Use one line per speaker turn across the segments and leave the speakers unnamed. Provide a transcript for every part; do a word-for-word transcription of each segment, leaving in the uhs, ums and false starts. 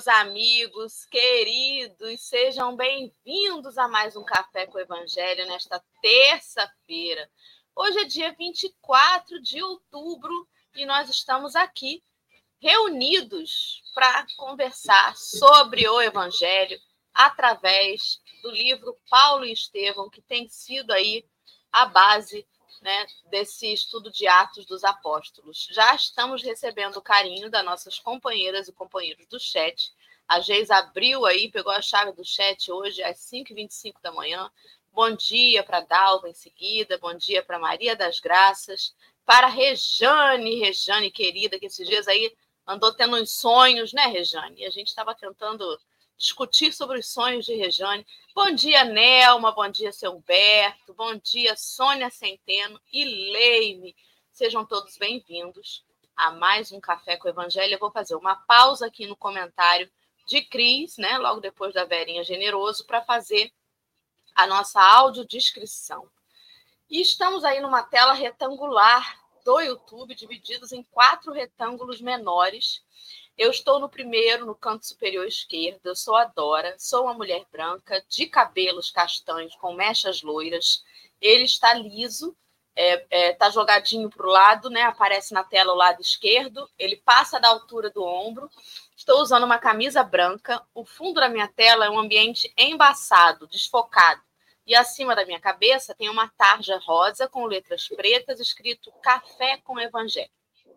meus amigos queridos, sejam bem-vindos a mais um Café com o Evangelho nesta terça-feira. Hoje é dia vinte e quatro de outubro e nós estamos aqui reunidos para conversar sobre o Evangelho através do livro Paulo e Estevão, que tem sido aí a base, né, desse estudo de Atos dos Apóstolos. Já estamos recebendo o carinho das nossas companheiras e companheiros do chat. A Geis abriu aí, pegou a chave do chat hoje às cinco e vinte e cinco da manhã. Bom dia para Dalva em seguida, bom dia para Maria das Graças, para Rejane, Rejane querida, que esses dias aí andou tendo uns sonhos, né, Rejane? E a gente estava tentando discutir sobre os sonhos de Rejane. Bom dia, Nelma, bom dia, seu Humberto, bom dia, Sônia Centeno e Leime. Sejam todos bem-vindos a mais um Café com o Evangelho. Eu vou fazer uma pausa aqui no comentário de Cris, né, logo depois da Verinha Generoso, para fazer a nossa audiodescrição. E estamos aí numa tela retangular do YouTube, divididos em quatro retângulos menores. Eu estou no primeiro, no canto superior esquerdo. Eu sou a Dora, sou uma mulher branca, de cabelos castanhos, com mechas loiras. Ele está liso, é, é, está jogadinho para o lado, né? Aparece na tela o lado esquerdo. Ele passa da altura do ombro. Estou usando uma camisa branca. O fundo da minha tela é um ambiente embaçado, desfocado. E acima da minha cabeça tem uma tarja rosa com letras pretas, escrito Café com Evangelho.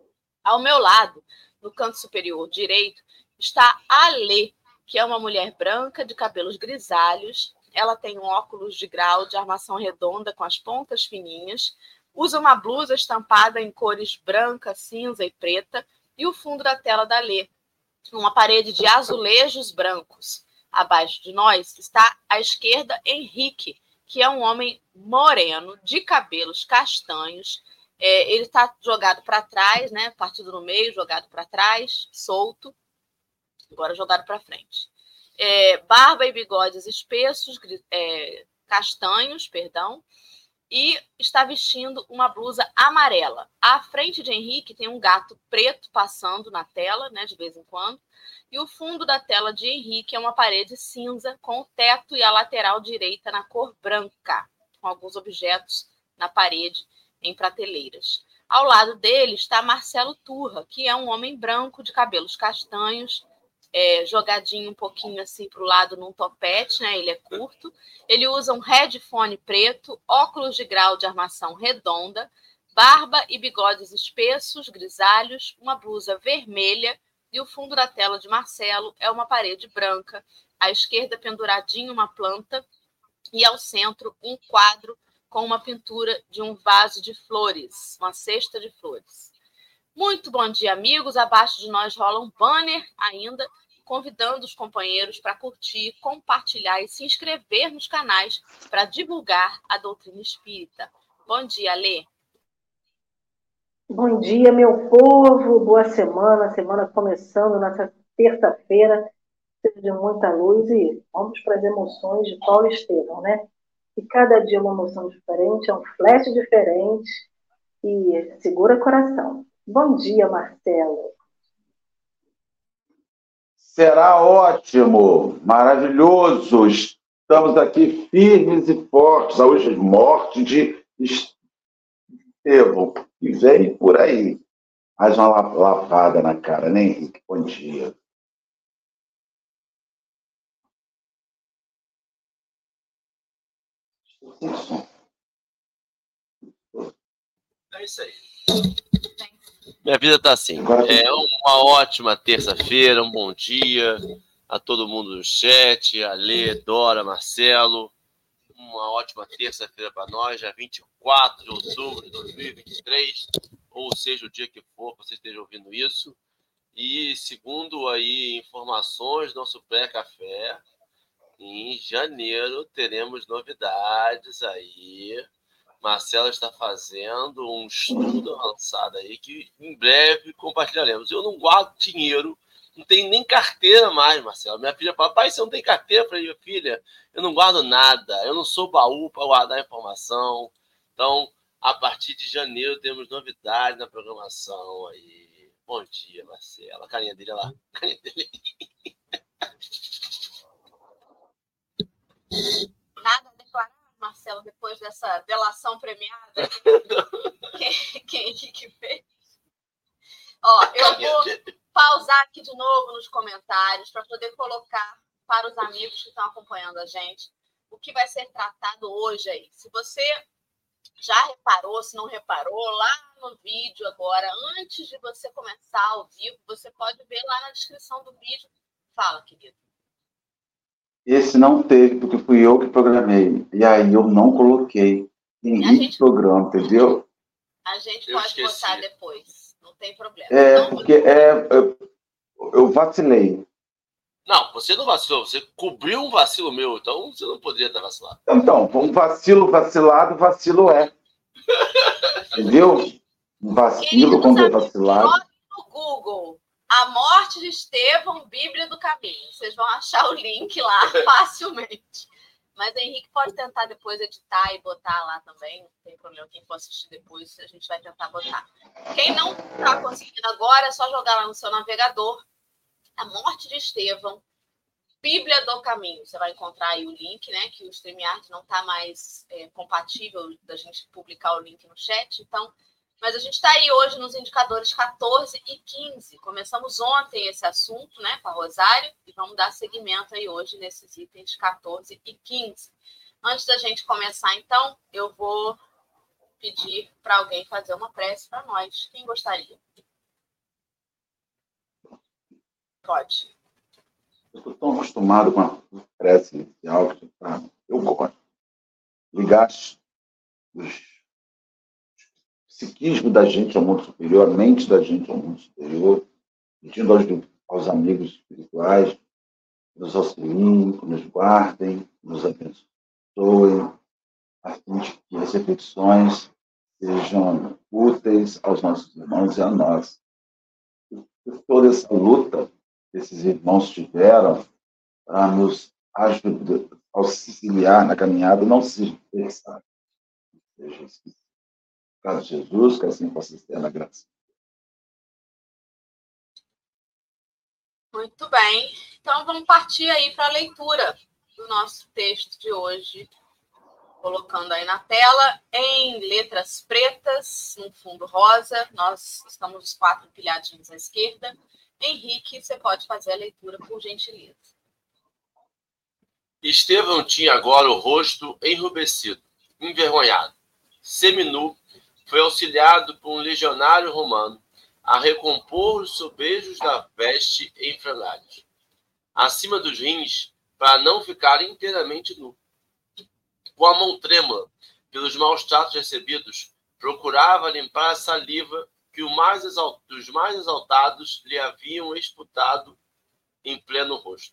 Ao meu lado, no canto superior direito, está a Lê, que é uma mulher branca de cabelos grisalhos. Ela tem um óculos de grau de armação redonda com as pontas fininhas, usa uma blusa estampada em cores branca, cinza e preta, e o fundo da tela da Lê, uma parede de azulejos brancos. Abaixo de nós está à esquerda Henrique, que é um homem moreno, de cabelos castanhos. É, ele está jogado para trás, né? Partido no meio, jogado para trás, solto, agora jogado para frente. É, barba e bigodes espessos, é, castanhos, perdão, e está vestindo uma blusa amarela. À frente de Henrique tem um gato preto passando na tela, né, de vez em quando, e o fundo da tela de Henrique é uma parede cinza com o teto e a lateral direita na cor branca, com alguns objetos na parede em prateleiras. Ao lado dele está Marcelo Turra, que é um homem branco de cabelos castanhos, é, jogadinho um pouquinho assim para o lado num topete, né? Ele é curto. Ele usa um headphone preto, óculos de grau de armação redonda, barba e bigodes espessos, grisalhos, uma blusa vermelha, e o fundo da tela de Marcelo é uma parede branca. À esquerda, penduradinho, uma planta, e ao centro, um quadro com uma pintura de um vaso de flores, uma cesta de flores. Muito bom dia, amigos. Abaixo de nós rola um banner ainda, convidando os companheiros para curtir, compartilhar e se inscrever nos canais para divulgar a doutrina espírita. Bom dia, Lê.
Bom dia, meu povo. Boa semana. Semana começando nessa terça-feira, seja de muita luz, e vamos para as emoções de Paulo e Estevão, né? E cada dia uma emoção diferente, é um flash diferente, e segura coração. Bom dia, Marcelo.
Será ótimo, maravilhoso. Estamos aqui firmes e fortes aos mortes de Estevão. E vem por aí. Mais uma lavada na cara, né, Henrique? Bom dia.
É isso aí. Minha vida está assim. É uma ótima terça-feira, um bom dia a todo mundo no chat, a Lê, Dora, Marcelo. Uma ótima terça-feira para nós, já vinte e quatro de outubro de dois mil e vinte e três, ou seja, o dia que for que você esteja ouvindo isso. E segundo aí informações do nosso pré-café, em janeiro teremos novidades aí. Marcelo está fazendo um estudo avançado aí que em breve compartilharemos. Eu não guardo dinheiro, não tenho nem carteira mais, Marcelo. Minha filha fala, pai, você não tem carteira? Eu falei, minha filha, eu não guardo nada, eu não sou baú para guardar informação. Então, a partir de janeiro temos novidades na programação aí. Bom dia, Marcelo. A carinha dele, olha lá. A carinha dele.
Nada a declarar, Marcelo, depois dessa delação premiada? quem, quem que fez? Ó, eu vou pausar aqui de novo nos comentários para poder colocar para os amigos que estão acompanhando a gente o que vai ser tratado hoje aí. Se você já reparou, se não reparou, lá no vídeo agora, antes de você começar ao vivo, você pode ver lá na descrição do vídeo. Fala, querido.
Esse não teve, porque fui eu que programei. E aí eu não coloquei. Henrique programa, entendeu?
A gente pode botar depois. Não tem problema.
É,
então,
porque é, eu, eu vacilei.
Não, você não vacilou. Você cobriu um vacilo meu. Então você não poderia ter vacilado.
Então, um vacilo vacilado, vacilo é. Entendeu? Um vacilo quando é vacilado.
No Google, a morte de Estevão, Bíblia do Caminho. Vocês vão achar o link lá facilmente. Mas o Henrique pode tentar depois editar e botar lá também. Não tem problema. Quem for assistir depois, a gente vai tentar botar. Quem não está conseguindo agora, é só jogar lá no seu navegador. A morte de Estevão, Bíblia do Caminho. Você vai encontrar aí o link, né? Que o StreamYard não está mais é, compatível da gente publicar o link no chat. Então, mas a gente está aí hoje nos indicadores quatorze e quinze. Começamos ontem esse assunto, né? Com a Rosário. E vamos dar seguimento aí hoje nesses itens quatorze e quinze. Antes da gente começar, então, eu vou pedir para alguém fazer uma prece para nós. Quem gostaria? Pode.
Eu estou tão acostumado com a prece inicial que tá, eu gosto. Ligaste os psiquismo da gente ao mundo superior, a mente da gente ao mundo superior, pedindo aos, aos amigos espirituais que nos auxiliem, que nos guardem, que nos abençoem, a fim de que as reflexões sejam úteis aos nossos irmãos e a nós. Por toda essa luta que esses irmãos tiveram para nos ajudar, auxiliar na caminhada, não se dispersar. Seja esquecido. Caso de Jesus, que assim possa ser na graça.
Muito bem. Então, vamos partir aí para a leitura do nosso texto de hoje. Colocando aí na tela, em letras pretas, no fundo rosa. Nós estamos os quatro empilhadinhos à esquerda. Henrique, você pode fazer a leitura, por gentileza.
Estevão tinha agora o rosto enrubescido, envergonhado, seminu, foi auxiliado por um legionário romano a recompor os sobejos da veste em frangalhos, acima dos rins, para não ficar inteiramente nu. Com a mão trêmula, pelos maus tratos recebidos, procurava limpar a saliva que o mais exalt... os mais exaltados lhe haviam esputado em pleno rosto.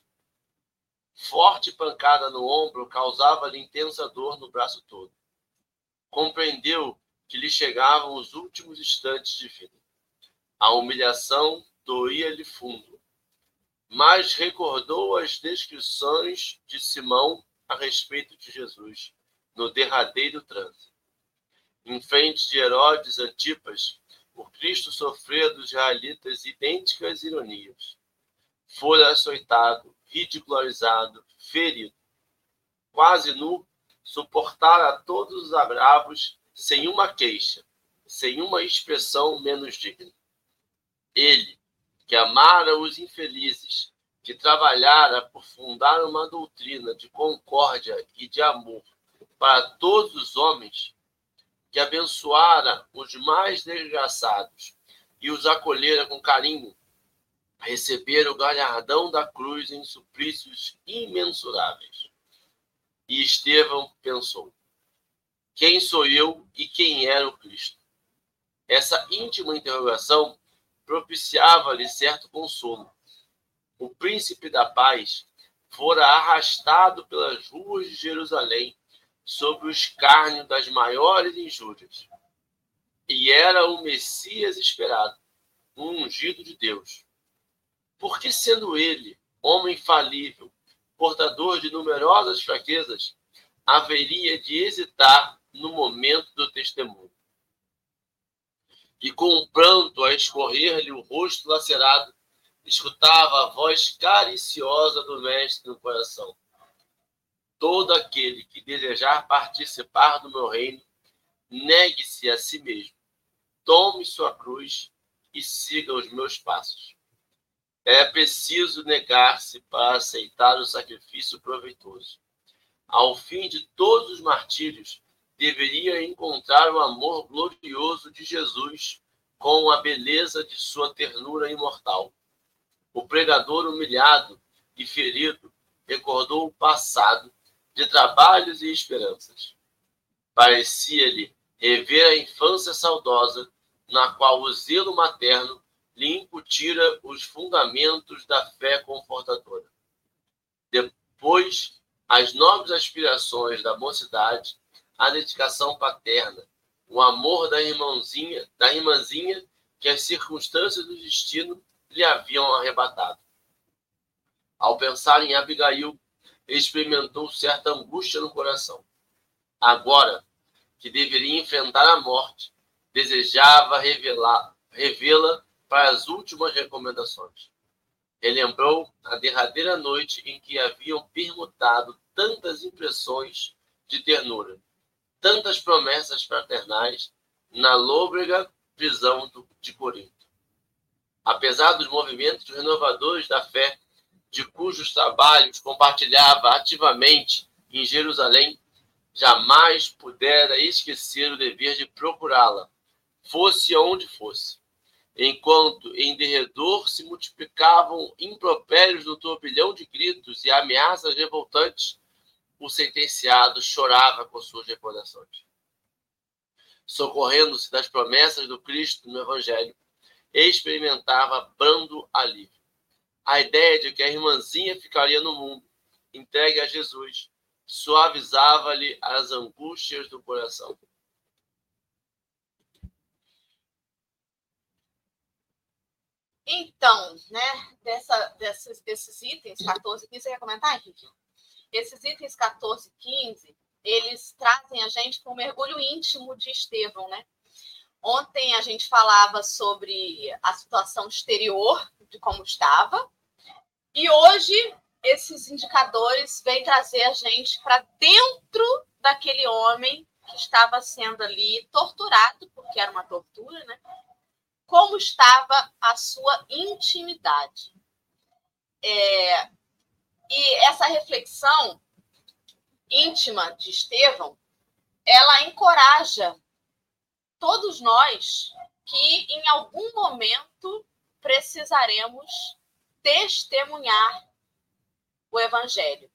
Forte pancada no ombro causava-lhe intensa dor no braço todo. Compreendeu que lhe chegavam os últimos instantes de vida. A humilhação doía-lhe fundo, mas recordou as descrições de Simão a respeito de Jesus no derradeiro transe. Em frente de Herodes Antipas, o Cristo sofreu dos israelitas idênticas ironias. Fora açoitado, ridicularizado, ferido. Quase nu, suportara todos os agravos sem uma queixa, sem uma expressão menos digna. Ele, que amara os infelizes, que trabalhara por fundar uma doutrina de concórdia e de amor para todos os homens, que abençoara os mais desgraçados e os acolhera com carinho, receber o galardão da cruz em suplícios imensuráveis. E Estevão pensou: quem sou eu e quem era o Cristo? Essa íntima interrogação propiciava-lhe certo consolo. O príncipe da paz fora arrastado pelas ruas de Jerusalém sob o escárnio das maiores injúrias. E era o Messias esperado, o ungido de Deus. Porque, sendo ele, homem falível, portador de numerosas fraquezas, haveria de hesitar no momento do testemunho? E com um pranto a escorrer-lhe o rosto lacerado, escutava a voz cariciosa do mestre no coração: todo aquele que desejar participar do meu reino, negue-se a si mesmo, tome sua cruz e siga os meus passos. É preciso negar-se para aceitar o sacrifício proveitoso. Ao fim de todos os martírios, deveria encontrar o amor glorioso de Jesus com a beleza de sua ternura imortal. O pregador humilhado e ferido recordou o passado de trabalhos e esperanças. Parecia-lhe rever a infância saudosa, na qual o zelo materno lhe incutira os fundamentos da fé confortadora. Depois, as nobres aspirações da mocidade, a dedicação paterna, o amor da irmãzinha, da irmãzinha que as circunstâncias do destino lhe haviam arrebatado. Ao pensar em Abigail, experimentou certa angústia no coração. Agora, que deveria enfrentar a morte, desejava revelar, revê-la para as últimas recomendações. Relembrou a derradeira noite em que haviam permutado tantas impressões de ternura, tantas promessas fraternais na lôbrega prisão de Corinto. Apesar dos movimentos renovadores da fé, de cujos trabalhos compartilhava ativamente em Jerusalém, jamais pudera esquecer o dever de procurá-la, fosse onde fosse. Enquanto em derredor se multiplicavam impropérios no turbilhão de gritos e ameaças revoltantes, o sentenciado chorava com suas recordações. Socorrendo-se das promessas do Cristo no Evangelho, experimentava brando alívio. A ideia de que a irmãzinha ficaria no mundo, entregue a Jesus, suavizava-lhe as angústias do coração.
Então, né, dessa, desses, desses itens quatorze e quinze, você quer comentar, Henrique? Esses itens quatorze e quinze, eles trazem a gente para um mergulho íntimo de Estevão, né? Ontem a gente falava sobre a situação exterior, de como estava, e hoje esses indicadores vêm trazer a gente para dentro daquele homem que estava sendo ali torturado, porque era uma tortura, né? Como estava a sua intimidade. É, e essa reflexão íntima de Estevão, ela encoraja todos nós que em algum momento precisaremos testemunhar o Evangelho.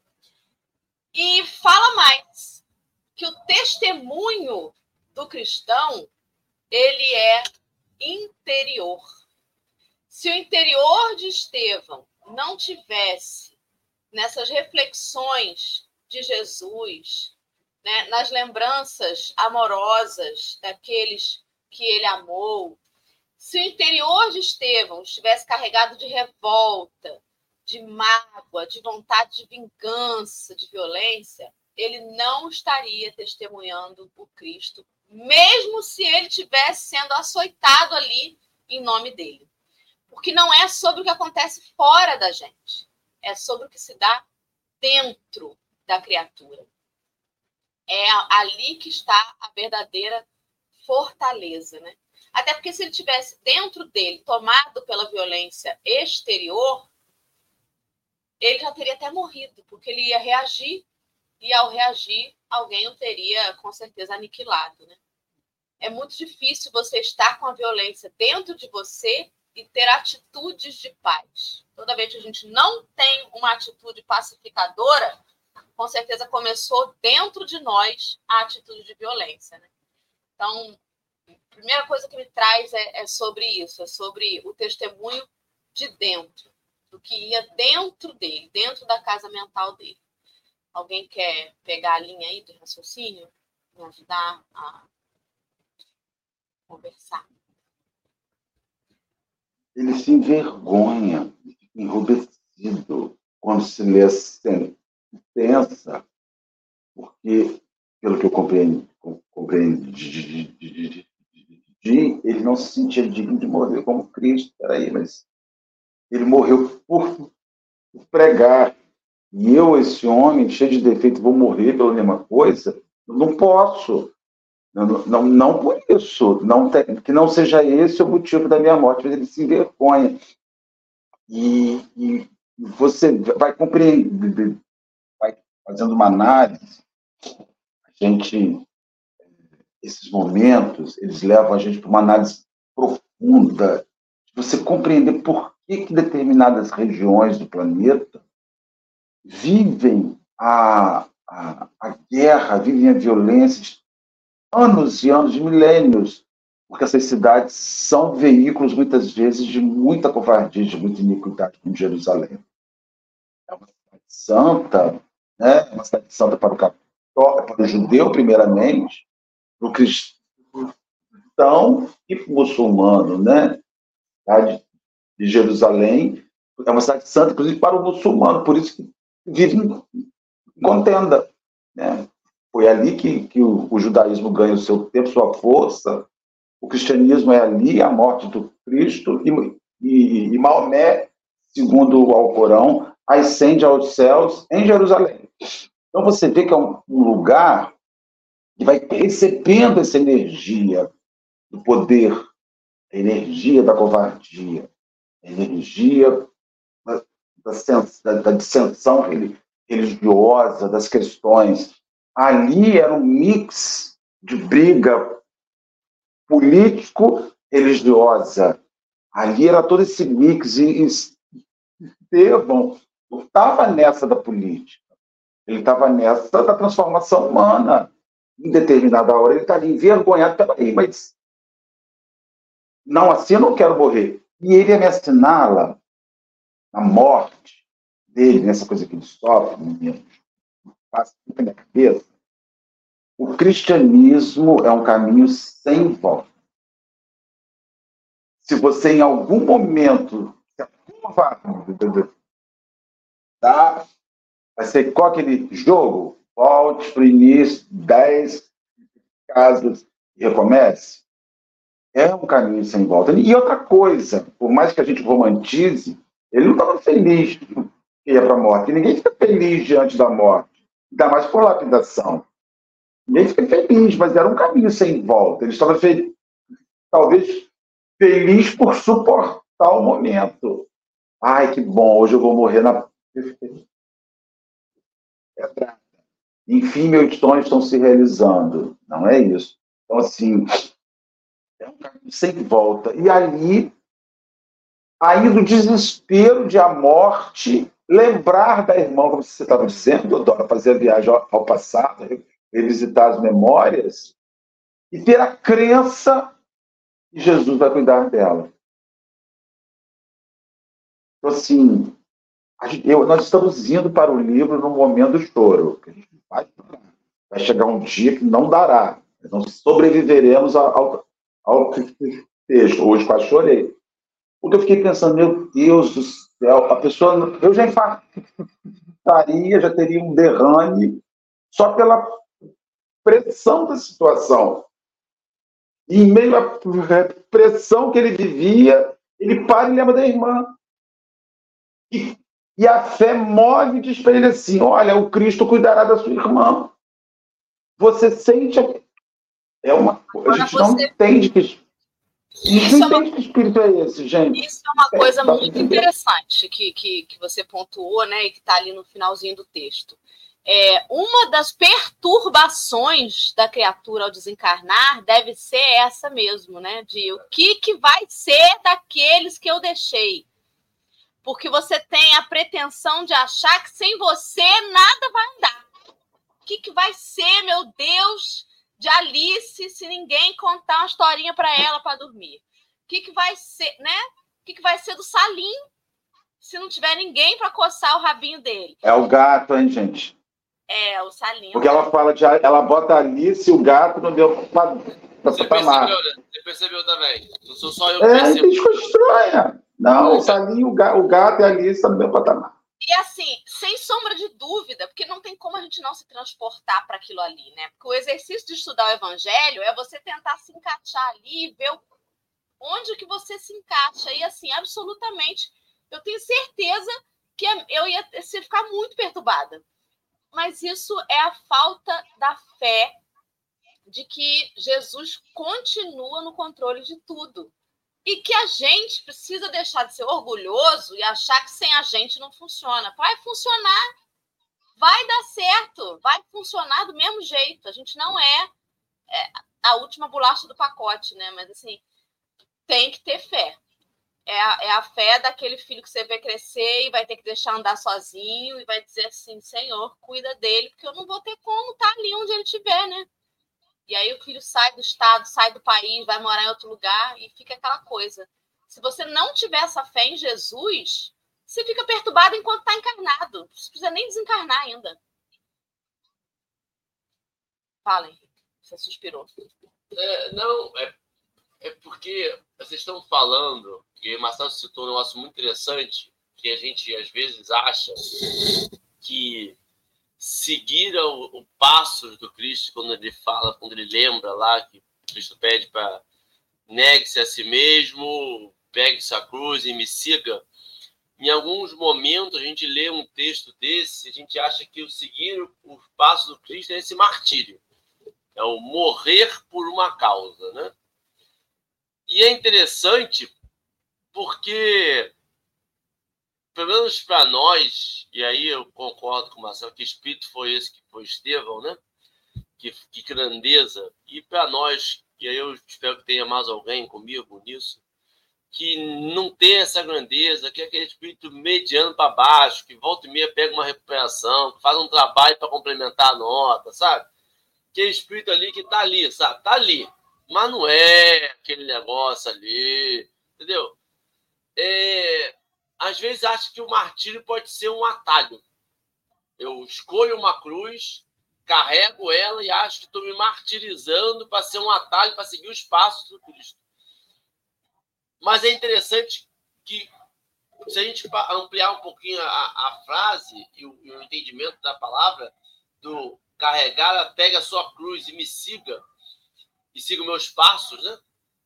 E fala mais, que o testemunho do cristão, ele é interior. Se o interior de Estevão não tivesse nessas reflexões de Jesus, né, nas lembranças amorosas daqueles que ele amou, se o interior de Estevão estivesse carregado de revolta, de mágoa, de vontade de vingança, de violência, ele não estaria testemunhando o Cristo, mesmo se ele estivesse sendo açoitado ali em nome dele. Porque não é sobre o que acontece fora da gente, é sobre o que se dá dentro da criatura. É ali que está a verdadeira fortaleza, né? Até porque se ele tivesse dentro dele tomado pela violência exterior, ele já teria até morrido, porque ele ia reagir, e ao reagir, alguém o teria com certeza aniquilado, né? É muito difícil você estar com a violência dentro de você e ter atitudes de paz. Toda vez que a gente não tem uma atitude pacificadora, com certeza começou dentro de nós a atitude de violência, né? Então, a primeira coisa que me traz é, é sobre isso, é sobre o testemunho de dentro, do que ia dentro dele, dentro da casa mental dele. Alguém quer pegar a linha aí do raciocínio? Me ajudar a conversar?
Ele se envergonha, fica enrubescido quando se lê a sentença, porque, pelo que eu compreendi, compreendi ele não se sentia digno de morrer como Cristo. Peraí, mas ele morreu por pregar e eu, esse homem cheio de defeito, vou morrer pela mesma coisa, não posso. Não, não, não por isso, não tem, que não seja esse o motivo da minha morte, mas ele se envergonha. E, e você vai compreender, vai fazendo uma análise, a gente, esses momentos, eles levam a gente para uma análise profunda, de você compreender por que, que determinadas regiões do planeta vivem a, a, a guerra, vivem a violência de anos e anos, de milênios, porque essas cidades são veículos, muitas vezes, de muita covardia, de muita iniquidade, como Jerusalém. É uma cidade santa, né? É uma cidade santa para o católico, para o judeu, primeiramente, para o cristão e para o muçulmano, né? A cidade de Jerusalém é uma cidade santa, inclusive, para o muçulmano, por isso que vive em contenda, né? Foi ali que, que o, o judaísmo ganha o seu tempo, sua força. O cristianismo é ali, a morte do Cristo, e, e, e Maomé, segundo o Alcorão, ascende aos céus em Jerusalém. Então você vê que é um, um lugar que vai recebendo essa energia do poder, a energia da covardia, a energia da, da, da dissensão religiosa, das questões. Ali era um mix de briga político-religiosa. Ali era todo esse mix. E Estevão não estava nessa da política. Ele estava nessa da transformação humana. Em determinada hora ele está ali envergonhado. Peraí, mas não, assim eu não quero morrer. E ele ia me assinala a morte dele, nessa coisa que ele sofre, passa na minha cabeça. O cristianismo é um caminho sem volta. Se você, em algum momento, tá? Vai ser qual aquele jogo? Volte para o início, dez casas e recomece. É um caminho sem volta. E outra coisa, por mais que a gente romantize, ele não estava feliz que ia para a morte. Ninguém fica feliz diante da morte. Ainda mais por lapidação. Ninguém fica feliz, mas era um caminho sem volta. Ele estava feliz, talvez feliz por suportar o momento. Ai, que bom, hoje eu vou morrer na... É Enfim, meus sonhos estão se realizando. Não é isso. Então, assim, é um caminho sem volta. E ali, aí no desespero de a morte, lembrar da irmã, como você estava dizendo, Dora, fazer a viagem ao passado, revisitar as memórias e ter a crença que Jesus vai cuidar dela. Então, assim, eu, nós estamos indo para o livro no momento do choro. Vai, vai chegar um dia que não dará. Não sobreviveremos ao, ao texto. Hoje quase chorei. Porque eu fiquei pensando, meu Deus do céu, a pessoa... Eu já infartaria, já teria um derrame só pela pressão da situação. E em meio à pressão que ele vivia, ele para e lembra da irmã. E, e a fé move e diz para ele assim, olha, o Cristo cuidará da sua irmã. Você sente... É uma coisa, a gente você... não entende que...
Isso,
não
é uma...
entende que espírito é esse, gente.
Isso é uma coisa é, muito interessante que, que, que você pontuou, né, e que está ali no finalzinho do texto. É, uma das perturbações da criatura ao desencarnar deve ser essa mesmo, né? De o que, que vai ser daqueles que eu deixei. Porque você tem a pretensão de achar que sem você nada vai andar. O que, que vai ser, meu Deus, de Alice se ninguém contar uma historinha para ela para dormir? O que, que vai ser, né? O que, que vai ser do Salim se não tiver ninguém para coçar o rabinho dele?
É o gato, hein, gente?
É, o Salim.
Porque ela fala de... Ela bota Alice e o gato no meu...
Você percebeu, né? Você percebeu também. Não sou só eu que
é,
percebo.
É, coisa estranha. Não, o Salim, o gato, o gato e a Alice estão no meu patamar.
E assim, sem sombra de dúvida, porque não tem como a gente não se transportar para aquilo ali, né? Porque o exercício de estudar o Evangelho é você tentar se encaixar ali e ver onde que você se encaixa. E assim, absolutamente, eu tenho certeza que eu ia ficar muito perturbada. Mas isso é a falta da fé de que Jesus continua no controle de tudo. E que a gente precisa deixar de ser orgulhoso e achar que sem a gente não funciona. Vai funcionar, vai dar certo, vai funcionar do mesmo jeito. A gente não é, é a última bolacha do pacote, né? Mas, assim, tem que ter fé. É a, é a fé daquele filho que você vê crescer e vai ter que deixar andar sozinho e vai dizer assim, Senhor, cuida dele, porque eu não vou ter como estar ali onde ele estiver, né? E aí o filho sai do estado, sai do país, vai morar em outro lugar e fica aquela coisa. Se você não tiver essa fé em Jesus, você fica perturbado enquanto está encarnado. Não precisa nem desencarnar ainda. Falem, você suspirou.
É, não, é, é porque vocês estão falando, e o Marcelo citou um negócio muito interessante, que a gente às vezes acha que seguir o, o passo do Cristo, quando ele fala, quando ele lembra lá que Cristo pede para negue-se a si mesmo, pegue sua cruz e me siga. Em alguns momentos a gente lê um texto desse, a gente acha que o seguir o passo do Cristo é esse martírio, é o morrer por uma causa, né? E é interessante porque, pelo menos para nós, e aí eu concordo com o Marcelo, que espírito foi esse que foi Estevão, né? Que, que grandeza. E para nós, e aí eu espero que tenha mais alguém comigo nisso, que não tem essa grandeza, que é aquele espírito mediano para baixo, que volta e meia pega uma recuperação, que faz um trabalho para complementar a nota, sabe? Aquele espírito ali que está ali, sabe? Está ali. Mas não é aquele negócio ali, entendeu? É... Às vezes acho que o martírio pode ser um atalho. Eu escolho uma cruz, carrego ela e acho que estou me martirizando para ser um atalho, para seguir os passos do Cristo. Mas é interessante que, se a gente ampliar um pouquinho a, a frase e o, e o entendimento da palavra, do carregar, pega a sua cruz e me siga, e siga os meus passos, né?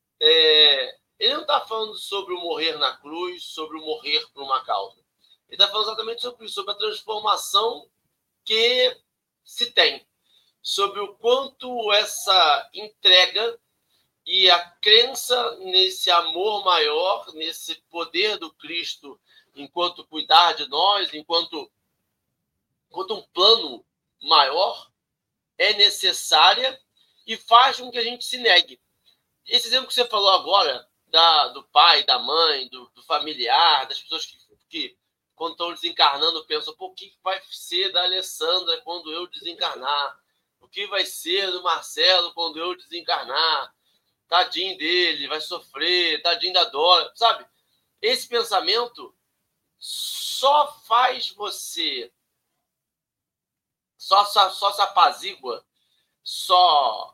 É, ele não está falando sobre o morrer na cruz, sobre o morrer por uma causa. Ele está falando exatamente sobre isso, sobre a transformação que se tem, sobre o quanto essa entrega e a crença nesse amor maior, nesse poder do Cristo, enquanto cuidar de nós, enquanto, enquanto um plano maior, é necessária e faz com que a gente se negue. Esse exemplo que você falou agora, da, do pai, da mãe, do, do familiar, das pessoas que, que, quando estão desencarnando, pensam, pô, o que vai ser da Alessandra quando eu desencarnar? O que vai ser do Marcelo quando eu desencarnar? Tadinho dele, vai sofrer, tadinho da Dora, sabe? Esse pensamento só faz você, só, só, só se apazigua, só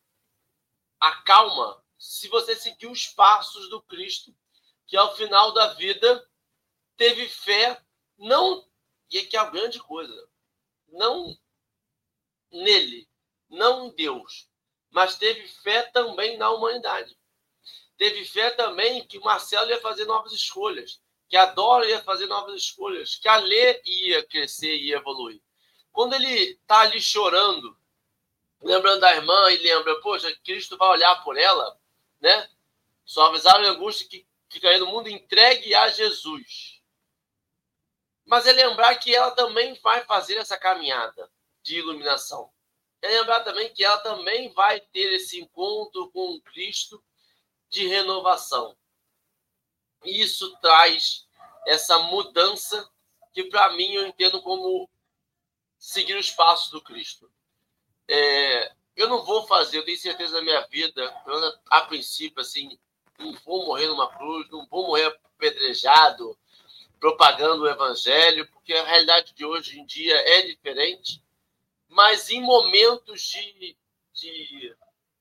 acalma se você seguir os passos do Cristo, que ao final da vida teve fé, não, e aqui é a grande coisa, não nele, não em Deus, mas teve fé também na humanidade. Teve fé também que o Marcelo ia fazer novas escolhas, que a Dora ia fazer novas escolhas, que a Lê ia crescer e ia evoluir. Quando ele está ali chorando, lembrando da irmã e lembra, poxa, Cristo vai olhar por ela, né? Só avisaram a angústia que ficaria no mundo entregue a Jesus. Mas é lembrar que ela também vai fazer essa caminhada de iluminação. É lembrar também que ela também vai ter esse encontro com Cristo de renovação. E isso traz essa mudança que, para mim, eu entendo como seguir os passos do Cristo. É, eu não vou fazer, eu tenho certeza na minha vida, a princípio, assim, não vou morrer numa cruz, não vou morrer apedrejado, propagando o evangelho, porque a realidade de hoje em dia é diferente, mas em momentos de, de,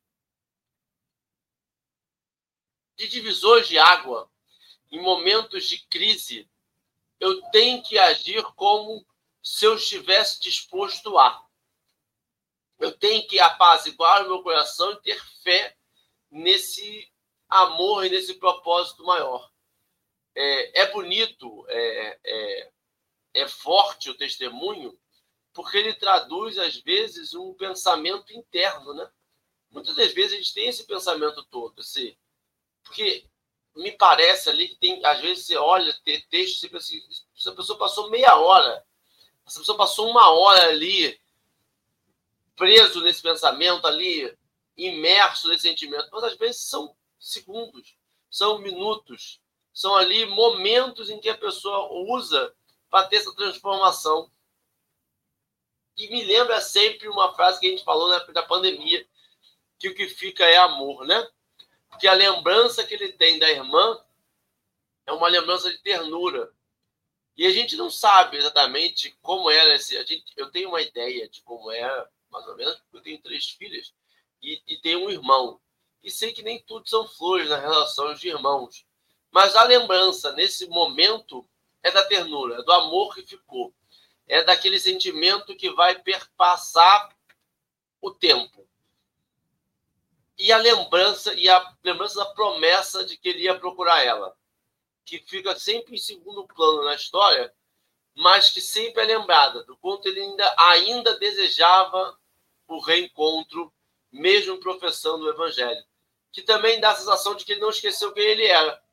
de divisores de água, em momentos de crise, eu tenho que agir como se eu estivesse disposto a. Eu tenho que apaziguar o meu coração e ter fé nesse amor e nesse propósito maior. É, é bonito é, é, é forte o testemunho porque ele traduz, às vezes, um pensamento interno, né? Muitas das vezes a gente tem esse pensamento todo, assim, porque me parece ali que tem, às vezes você olha ter texto, você pensa assim, essa pessoa passou meia hora, essa pessoa passou uma hora ali, preso nesse pensamento ali, imerso nesse sentimento, mas às vezes são segundos, são minutos, são ali momentos em que a pessoa usa para ter essa transformação. E me lembra sempre uma frase que a gente falou na época da pandemia, que o que fica é amor, né? Porque a lembrança que ele tem da irmã é uma lembrança de ternura. E a gente não sabe exatamente como era esse... A gente, eu tenho uma ideia de como era, mais ou menos, porque eu tenho três filhas e, e tenho um irmão. E sei que nem tudo são flores nas relações de irmãos. Mas a lembrança, nesse momento, é da ternura, é do amor que ficou. É daquele sentimento que vai perpassar o tempo. E a lembrança, e a lembrança da promessa de que ele ia procurar ela, que fica sempre em segundo plano na história, mas que sempre é lembrada do quanto ele ainda, ainda desejava o reencontro, mesmo professando o evangelho, que também dá a sensação de que ele não esqueceu quem ele era.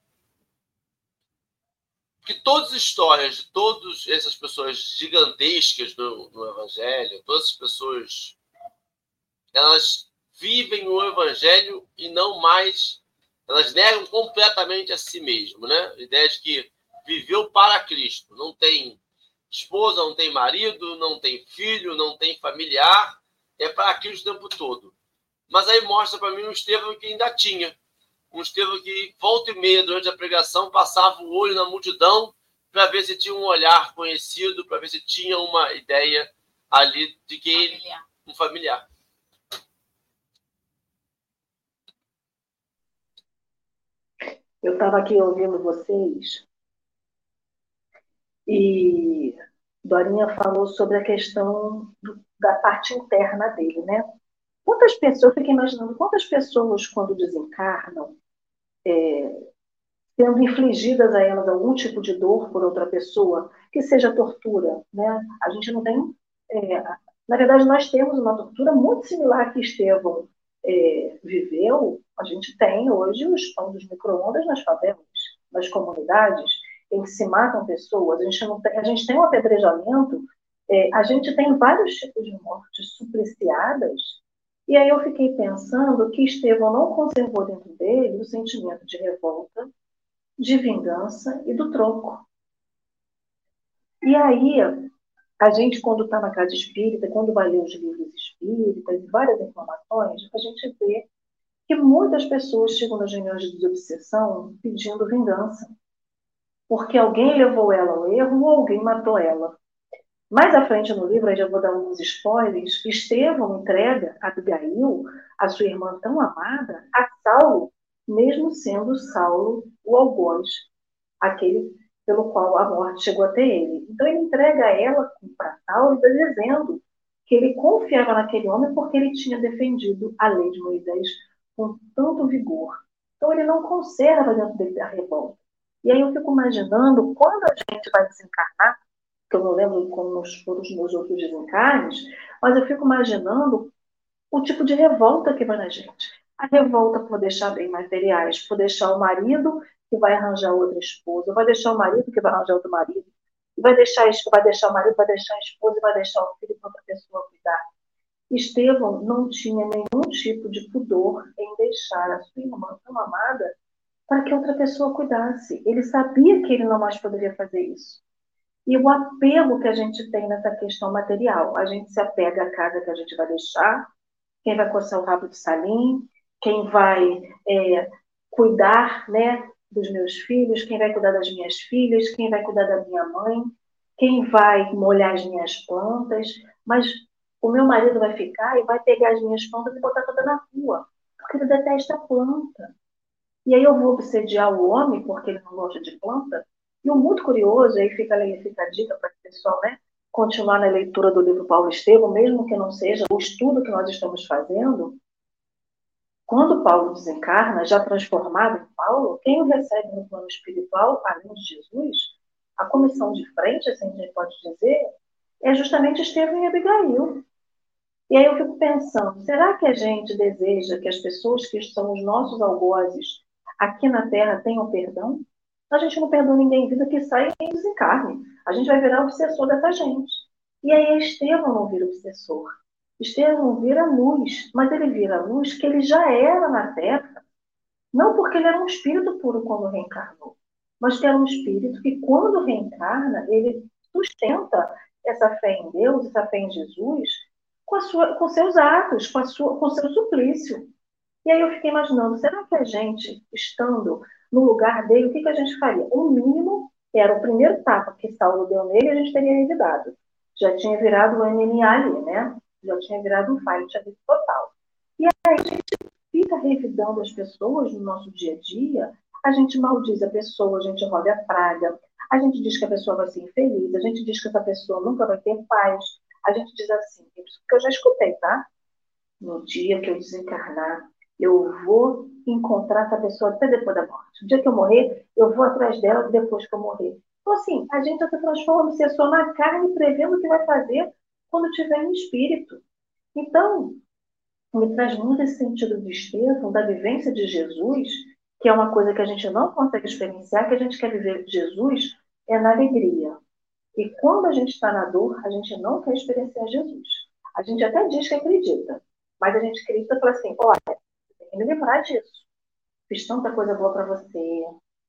Que todas as histórias de todas essas pessoas gigantescas no, no evangelho, todas as pessoas, elas vivem o evangelho e não mais, elas negam completamente a si mesmo, né? A ideia de que viveu para Cristo, não tem esposa, não tem marido, não tem filho, não tem familiar, é para Cristo o tempo todo. Mas aí mostra para mim um Estevão que ainda tinha, um Estevão que volta e meia durante a pregação passava o olho na multidão para ver se tinha um olhar conhecido, para ver se tinha uma ideia ali de que ele, um familiar.
Eu estava aqui ouvindo vocês e Dorinha falou sobre a questão do, da parte interna dele, né? Quantas pessoas, eu fiquei imaginando, quantas pessoas, quando desencarnam, é, sendo infligidas a elas algum tipo de dor por outra pessoa, que seja tortura, né? A gente não tem... É, na verdade, nós temos uma tortura muito similar que Estevão é, viveu. A gente tem hoje os pão dos micro-ondas nas favelas, nas comunidades, em que se matam pessoas. A gente, não tem, a gente tem um apedrejamento, é, a gente tem vários tipos de mortes supliciadas. E aí eu fiquei pensando que Estevão não conservou dentro dele o sentimento de revolta, de vingança e do troco. E aí, a gente, quando está na casa espírita, quando vai ler os livros espíritas e várias informações, a gente vê que muitas pessoas chegam nas reuniões de desobsessão pedindo vingança, porque alguém levou ela ao erro ou alguém matou ela. Mais à frente no livro, eu já vou dar alguns spoilers, Estevão entrega a Abigail, a sua irmã tão amada, a Saulo, mesmo sendo Saulo o algoz, aquele pelo qual a morte chegou até ele. Então ele entrega ela para Saulo, dizendo que ele confiava naquele homem porque ele tinha defendido a lei de Moisés com tanto vigor. Então ele não conserva dentro dele a revolta. E aí eu fico imaginando, quando a gente vai desencarnar, que eu não lembro como foram os meus outros desencarnes, mas eu fico imaginando o tipo de revolta que vai na gente. A revolta por deixar bem materiais, por deixar o marido que vai arranjar outra esposa, vai deixar o marido que vai arranjar outro marido, vai deixar, vai deixar o marido, vai deixar a esposa, vai deixar o filho para outra pessoa cuidar. Estevão não tinha nenhum tipo de pudor em deixar a sua irmã tão amada para que outra pessoa cuidasse. Ele sabia que ele não mais poderia fazer isso. E o apego que a gente tem nessa questão material. A gente se apega à casa que a gente vai deixar, quem vai coçar o rabo de salim, quem vai é, cuidar, né, dos meus filhos, quem vai cuidar das minhas filhas, quem vai cuidar da minha mãe, quem vai molhar as minhas plantas, mas o meu marido vai ficar e vai pegar as minhas plantas e botar toda na rua, porque ele detesta a planta. E aí eu vou obsediar o homem porque ele não gosta de planta. E o muito curioso, aí fica, fica a dica para o pessoal, né, continuar na leitura do livro Paulo Estevão, mesmo que não seja o estudo que nós estamos fazendo. Quando Paulo desencarna, já transformado em Paulo, quem o recebe no plano espiritual, além de Jesus, a comissão de frente, assim a gente pode dizer, é justamente Estevão e Abigail. E aí eu fico pensando, será que a gente deseja que as pessoas que são os nossos algozes aqui na Terra tenham perdão? A gente não perdoa ninguém em vida que sai e desencarne. A gente vai virar obsessor dessa gente. E aí Estevão não vira obsessor. Estevão vira luz, mas ele vira luz que ele já era na Terra, não porque ele era um espírito puro quando reencarnou, mas que era um espírito que quando reencarna, ele sustenta essa fé em Deus, essa fé em Jesus, com, a sua, com seus atos, com, a sua, com seu suplício. E aí eu fiquei imaginando, será que a gente, estando no lugar dele, o que, que a gente faria? O mínimo era o primeiro tapa que Saulo deu nele, a gente teria revidado. Já tinha virado o M M A ali, né? Já tinha virado um fight ali total. E aí a gente fica revidando as pessoas no nosso dia a dia, a gente maldiz a pessoa, a gente roda a praga, a gente diz que a pessoa vai ser infeliz, a gente diz que essa pessoa nunca vai ter paz, a gente diz assim, que eu já escutei, tá? No dia que eu desencarnar, eu vou encontrar essa pessoa até depois da morte. No dia que eu morrer, eu vou atrás dela depois que eu morrer. Então, assim, a gente já se transforma, se só na carne, prevendo o que vai fazer quando tiver em espírito. Então, me traz muito esse sentido de Estevão, da vivência de Jesus, que é uma coisa que a gente não consegue experienciar, que a gente quer viver Jesus, é na alegria. E quando a gente está na dor, a gente não quer experienciar Jesus. A gente até diz que acredita, mas a gente acredita e fala assim, olha, tem que me lembrar disso. Fiz tanta coisa boa para você,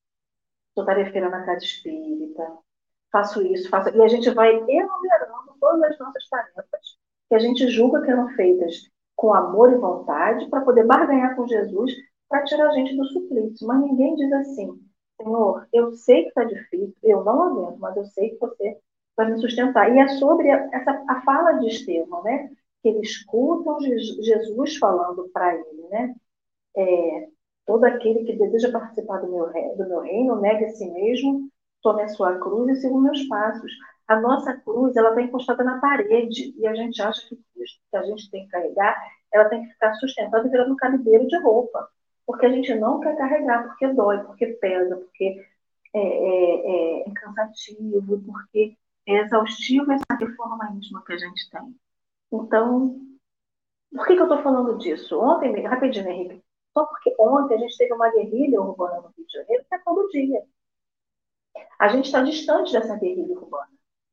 sou tarefeira na casa espírita, faço isso, faço... E a gente vai enumerando todas as nossas tarefas que a gente julga que eram feitas com amor e vontade para poder barganhar com Jesus para tirar a gente do suplício. Mas ninguém diz assim, Senhor, eu sei que está difícil, eu não aguento, mas eu sei que você vai me sustentar. E é sobre essa, a fala de Estevão, né? Que ele escuta Jesus falando para ele, né? É, todo aquele que deseja participar do meu, reino, do meu reino, negue a si mesmo, tome a sua cruz e siga os meus passos. A nossa cruz, ela está encostada na parede e a gente acha que que a gente tem que carregar, ela tem que ficar sustentada e virando um calibeiro de roupa. Porque a gente não quer carregar, porque dói, porque pesa, porque é, é, é cansativo, porque é exaustivo essa reforma íntima que a gente tem. Então, por que, que eu estou falando disso? Ontem, rapidinho, Henrique, só porque ontem a gente teve uma guerrilha urbana no Rio de Janeiro, que é todo dia. A gente está distante dessa guerrilha urbana.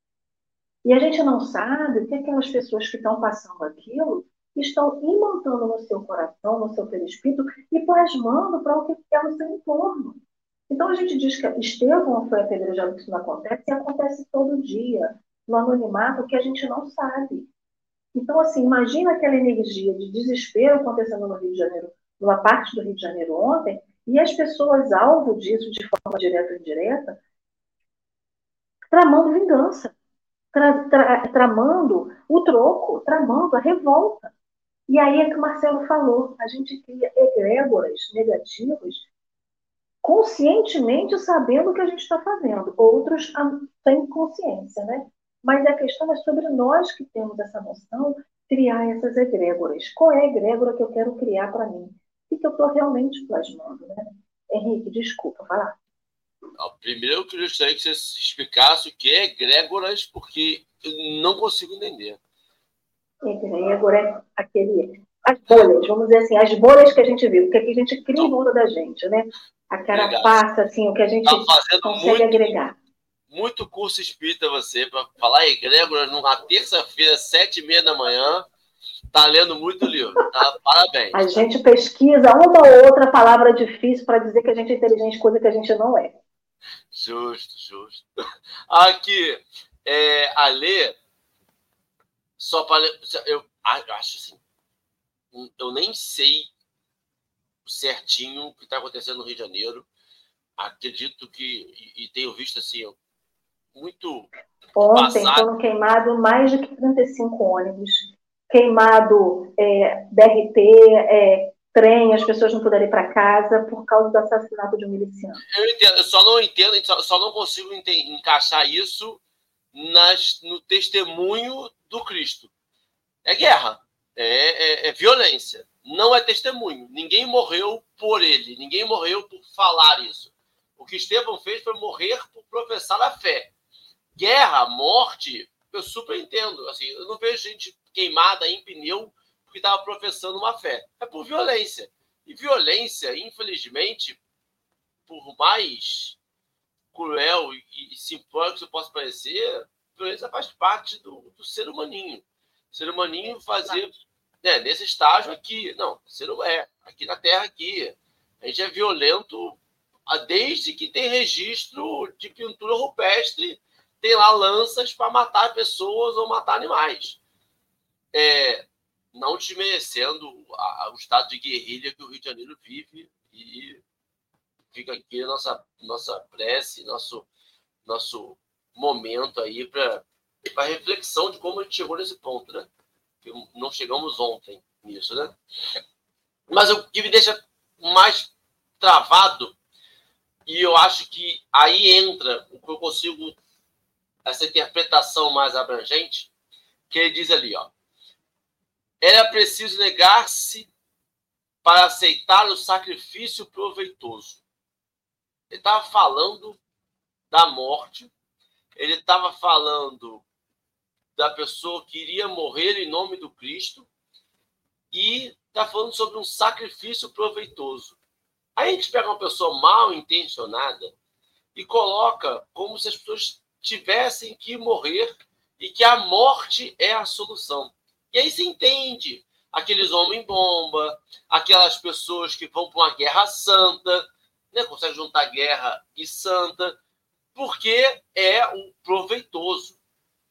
E a gente não sabe o que aquelas pessoas que estão passando aquilo estão imantando no seu coração, no seu perispírito e plasmando para o que é no seu entorno. Então a gente diz que Estevão foi apedrejado, que isso não acontece, e acontece todo dia, no anonimato, que a gente não sabe. Então, assim, imagina aquela energia de desespero acontecendo no Rio de Janeiro, numa parte do Rio de Janeiro ontem, e as pessoas alvo disso de forma direta ou indireta, tramando vingança. Tra, tra, tramando o troco, tramando a revolta. E aí é que o Marcelo falou, a gente cria egrégoras negativas conscientemente sabendo o que a gente está fazendo. Outros têm consciência, né? Mas a questão é sobre nós que temos essa noção, criar essas egrégoras. Qual é a egrégora que eu quero criar para mim? O que eu estou realmente plasmando, né? Henrique, desculpa, falar.
Primeiro, eu gostaria que você explicasse o que é egrégoras, porque eu não consigo entender.
Egrégora é aquele... As bolhas, vamos dizer assim, as bolhas que a gente viu, porque aqui a gente cria em volta da gente, né? A carapaça, assim, o que a gente
tá fazendo
consegue
muito,
agregar.
Muito curso espírita você, para falar egrégoras numa terça-feira, sete e meia da manhã, tá lendo muito livro, tá? Parabéns.
A gente pesquisa uma ou outra palavra difícil para dizer que a gente é inteligente, coisa que a gente não é.
Justo, justo. Aqui, é, a Lê, só para ler, eu acho assim, eu nem sei certinho o que está acontecendo no Rio de Janeiro. Acredito que, e, e tenho visto assim, muito...
Ontem passado. Foram queimados mais de trinta e cinco ônibus, queimado é, B R T, é, trem, as pessoas não puderam ir para casa por causa do assassinato de um miliciano.
Eu entendo, eu só não entendo, só, só não consigo ente- encaixar isso nas, no testemunho do Cristo. É guerra, é, é, é violência, não é testemunho. Ninguém morreu por ele, ninguém morreu por falar isso. O que Estevão fez foi morrer por professar a fé. Guerra, morte, eu super entendo. Assim, eu não vejo gente queimada em pneu porque estava professando uma fé. É por violência. E violência, infelizmente, por mais cruel e simplório que isso possa parecer, violência faz parte do, do ser humaninho. O ser humaninho fazer, né, nesse estágio aqui, não, ser é, aqui na Terra, aqui, a gente é violento desde que tem registro de pintura rupestre, tem lá lanças para matar pessoas ou matar animais. É, não desmerecendo a, o estado de guerrilha que o Rio de Janeiro vive, e fica aqui a nossa, nossa prece, nosso, nosso momento aí para a reflexão de como a gente chegou nesse ponto, né? Que não chegamos ontem nisso, né? Mas o que me deixa mais travado, e eu acho que aí entra o que eu consigo, essa interpretação mais abrangente, que ele diz ali, ó, era preciso negar-se para aceitar o sacrifício proveitoso. Ele estava falando da morte, ele estava falando da pessoa que iria morrer em nome do Cristo e está falando sobre um sacrifício proveitoso. Aí a gente pega uma pessoa mal intencionada e coloca como se as pessoas tivessem que morrer e que a morte é a solução. E aí se entende aqueles homem-bomba, aquelas pessoas que vão para uma guerra santa, né, conseguem juntar guerra e santa, porque é o proveitoso.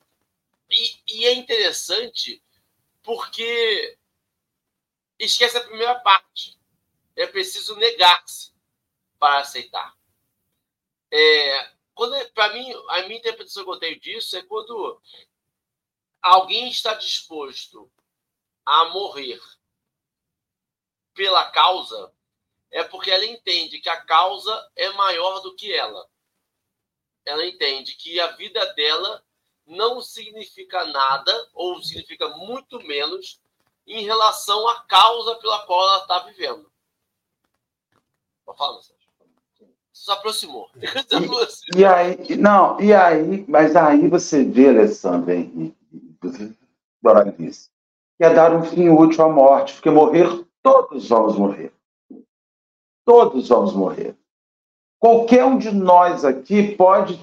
E, e é interessante porque esquece a primeira parte. É preciso negar-se para aceitar. É, para mim, a minha interpretação que eu tenho disso é quando alguém está disposto a morrer pela causa, é porque ela entende que a causa é maior do que ela. Ela entende que a vida dela não significa nada, ou significa muito menos, em relação à causa pela qual ela está vivendo. Pode falar, Sérgio. Se aproximou. Se aproximou.
E, e aí, não, e aí, mas aí você vê, Alessandra, e Doralice, que é dar um fim útil à morte, porque morrer, todos vamos morrer. Todos vamos morrer. Qualquer um de nós aqui pode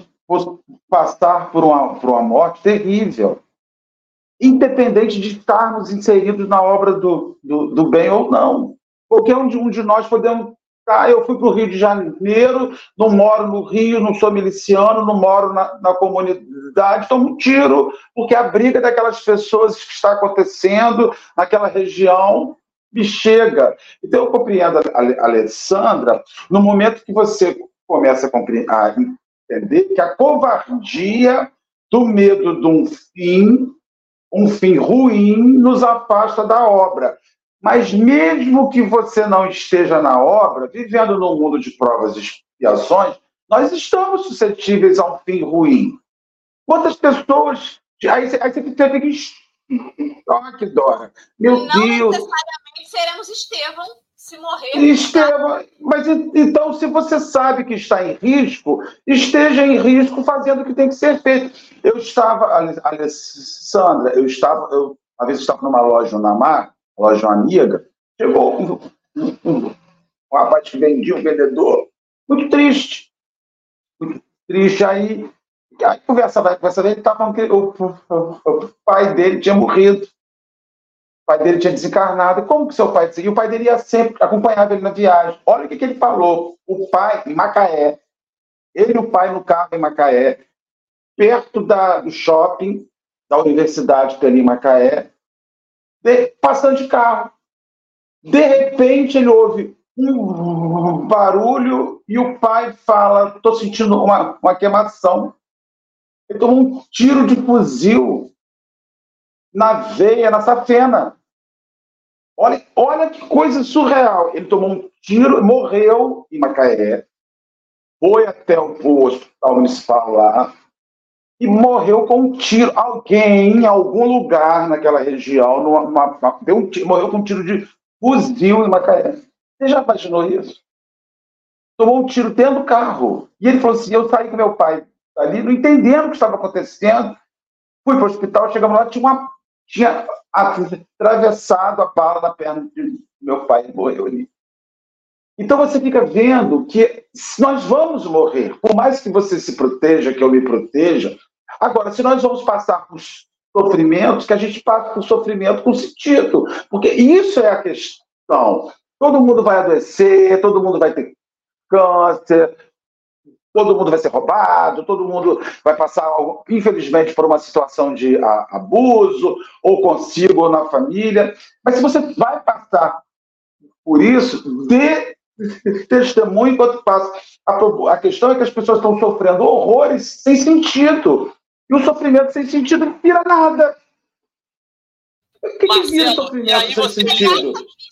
passar por uma, por uma morte terrível, independente de estarmos inseridos na obra do, do, do bem ou não. Qualquer um de, um de nós podemos... Ah, eu fui para o Rio de Janeiro, não moro no Rio, não sou miliciano, não moro na, na comunidade, tomo um tiro, porque a briga daquelas pessoas que está acontecendo naquela região me chega. Então eu compreendo a, a Alessandra, no momento que você começa a, a entender que a covardia do medo de um fim, um fim ruim, nos afasta da obra. Mas mesmo que você não esteja na obra, vivendo num mundo de provas e expiações, nós estamos suscetíveis a um fim ruim. Quantas pessoas... Aí você, aí você fica em choque, Dora. Meu
não
Deus!
Não necessariamente seremos Estevão se morrer.
Estevão, mas então, se você sabe que está em risco, esteja em risco fazendo o que tem que ser feito. Eu estava, Alessandra, eu estava, eu, uma vez eu estava numa loja no Namar, loja de uma amiga, chegou um, um, um, um rapaz que vendia, um vendedor, muito triste. Muito triste. Aí, aí conversa vai, conversa vai, ele estava falando que o, o, o pai dele tinha morrido. O pai dele tinha desencarnado. Como que seu pai disse? E o pai dele ia sempre, acompanhava ele na viagem. Olha o que, que ele falou. O pai, em Macaé, ele e o pai no carro em Macaé, perto da, do shopping, da universidade que tem ali em Macaé, de, passando de carro. De repente, ele ouve um barulho e o pai fala, estou sentindo uma, uma queimação. Ele tomou um tiro de fuzil na veia, na safena. Olha, olha que coisa surreal. Ele tomou um tiro, morreu em Macaé, foi até o, o hospital municipal lá e morreu com um tiro. Alguém, em algum lugar naquela região, numa, uma, deu um tiro, morreu com um tiro de fuzil em Macaé. Você já imaginou isso? tomou um tiro dentro do carro. E ele falou assim, eu saí com meu pai ali, não entendendo o que estava acontecendo, fui para o hospital, chegamos lá, tinha, uma, tinha atravessado a bala na perna de meu pai, e morreu ali. Então você fica vendo que nós vamos morrer, por mais que você se proteja, que eu me proteja. Agora, se nós vamos passar por sofrimentos, que a gente passe por sofrimento com sentido, porque isso é a questão. Todo mundo vai adoecer, todo mundo vai ter câncer, todo mundo vai ser roubado, todo mundo vai passar, infelizmente, por uma situação de abuso, ou consigo, ou na família. Mas se você vai passar por isso, dê testemunho enquanto passa. A, a questão é que as pessoas estão sofrendo horrores sem sentido. E o sofrimento sem sentido não vira nada. O que,
Marcelo,
que vira sofrimento sem
você...
sentido?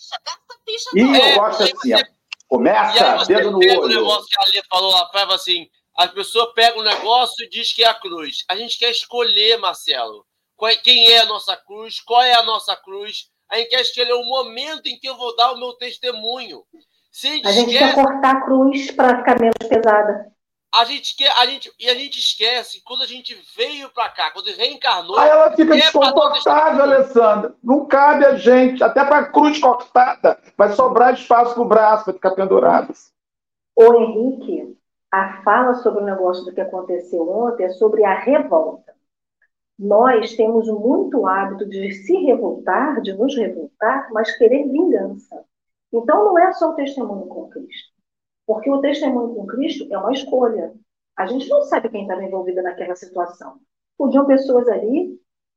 E eu é, gosto assim, você... começa, dedo no olho. O
negócio que a Alê falou lá atrás, assim, as pessoas pegam o negócio e diz que é a cruz. A gente quer escolher, Marcelo, quem é a nossa cruz, qual é a nossa cruz. A gente quer escolher o momento em que eu vou dar o meu testemunho. Se a gente,
a gente
esquece,
quer cortar a cruz para ficar menos pesada.
A gente quer, a gente, e a gente esquece, quando a gente veio para cá, quando reencarnou...
Aí ela fica desconfortável, Alessandra. Não cabe a gente, até para a cruz cortada, vai sobrar espaço para o braço, vai ficar pendurado.
Ô, Henrique, a fala sobre o negócio do que aconteceu ontem é sobre a revolta. Nós temos muito hábito de se revoltar, de nos revoltar, mas querer vingança. Então, não é só o testemunho com Cristo. Porque o testemunho com Cristo é uma escolha. A gente não sabe quem estava envolvido naquela situação. Podiam pessoas ali,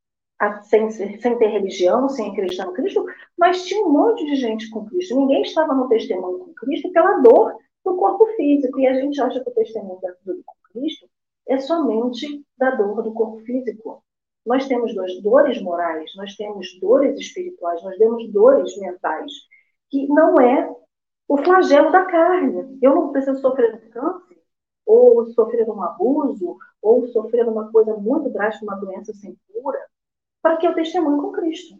sem, sem ter religião, sem acreditar no Cristo, mas tinha um monte de gente com Cristo. Ninguém estava no testemunho com Cristo pela dor do corpo físico. E a gente acha que o testemunho da dor com Cristo é somente da dor do corpo físico. Nós temos duas dores morais, nós temos dores espirituais, nós temos dores mentais, que não é o flagelo da carne. Eu não preciso sofrer um câncer, ou sofrer um abuso, ou sofrer uma coisa muito drástica, uma doença sem cura, para que eu testemunhe com Cristo.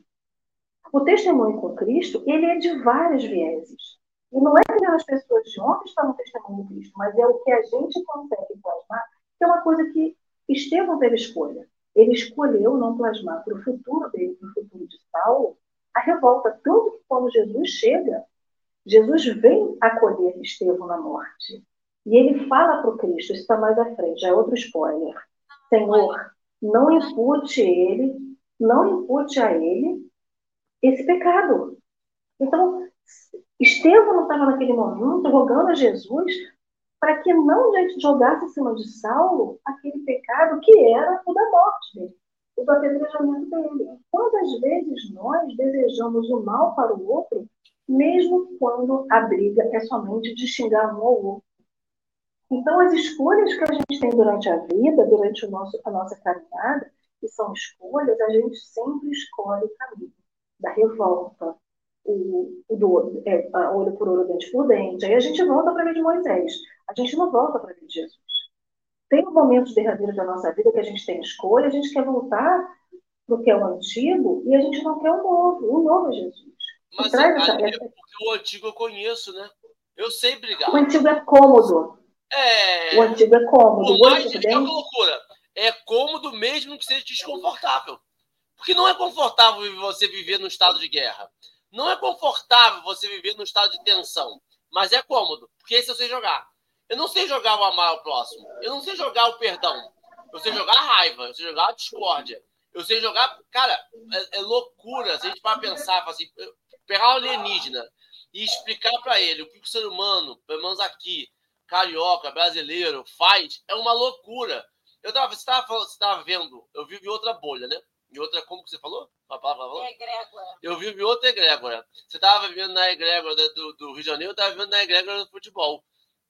O testemunho com Cristo, ele é de vários vieses. E não é que as pessoas de ontem estão no testemunho de Cristo, mas é o que a gente consegue plasmar, que é uma coisa que Estevão teve escolha. Ele escolheu não plasmar para o futuro dele, para o futuro de Saulo, a revolta. Tanto que quando Jesus chega, Jesus vem acolher Estevão na morte. E ele fala para o Cristo, isso está mais à frente, já é outro spoiler. Senhor, não impute ele, não impute a ele esse pecado. Então, Estevão não estava naquele momento rogando a Jesus para que não jogasse em cima de Saulo aquele pecado que era o da morte dele, o do apedrejamento dele. E quantas vezes nós desejamos o mal para o outro, mesmo quando a briga é somente de xingar um ao outro? Então, as escolhas que a gente tem durante a vida, durante o nosso, a nossa caminhada, que são escolhas, a gente sempre escolhe o caminho da revolta, o, o do é, olho por olho, dente por dente. Aí a gente volta para a vida de Moisés. A gente não volta para a vida de Jesus. Tem momentos derradeiros da nossa vida que a gente tem escolha, a gente quer voltar para o que é o antigo e a gente não quer o novo. O novo é Jesus.
Mas é, essa... é porque o antigo eu conheço, né? Eu sei brigar.
O antigo é cômodo.
É...
O antigo é cômodo.
Por mais é uma loucura. É cômodo mesmo que seja desconfortável. Porque não é confortável você viver num estado de guerra. Não é confortável você viver num estado de tensão. Mas é cômodo. Porque esse eu sei jogar. Eu não sei jogar o amar ao próximo. Eu não sei jogar o perdão. Eu sei jogar a raiva. Eu sei jogar a discórdia. Eu sei jogar... Cara, é, é loucura. Se a gente vai pensar, assim, pegar um alienígena e explicar para ele o que o ser humano, pelo menos aqui, carioca, brasileiro, faz, é uma loucura. Eu tava, você estava vendo, eu vivo em outra bolha, né? Em outra, como que você falou? Uma palavra, falou?
Egrégora.
Eu vivo em outra egrégora. Você estava vivendo na egrégora do, do Rio de Janeiro, eu estava vivendo na egrégora do futebol.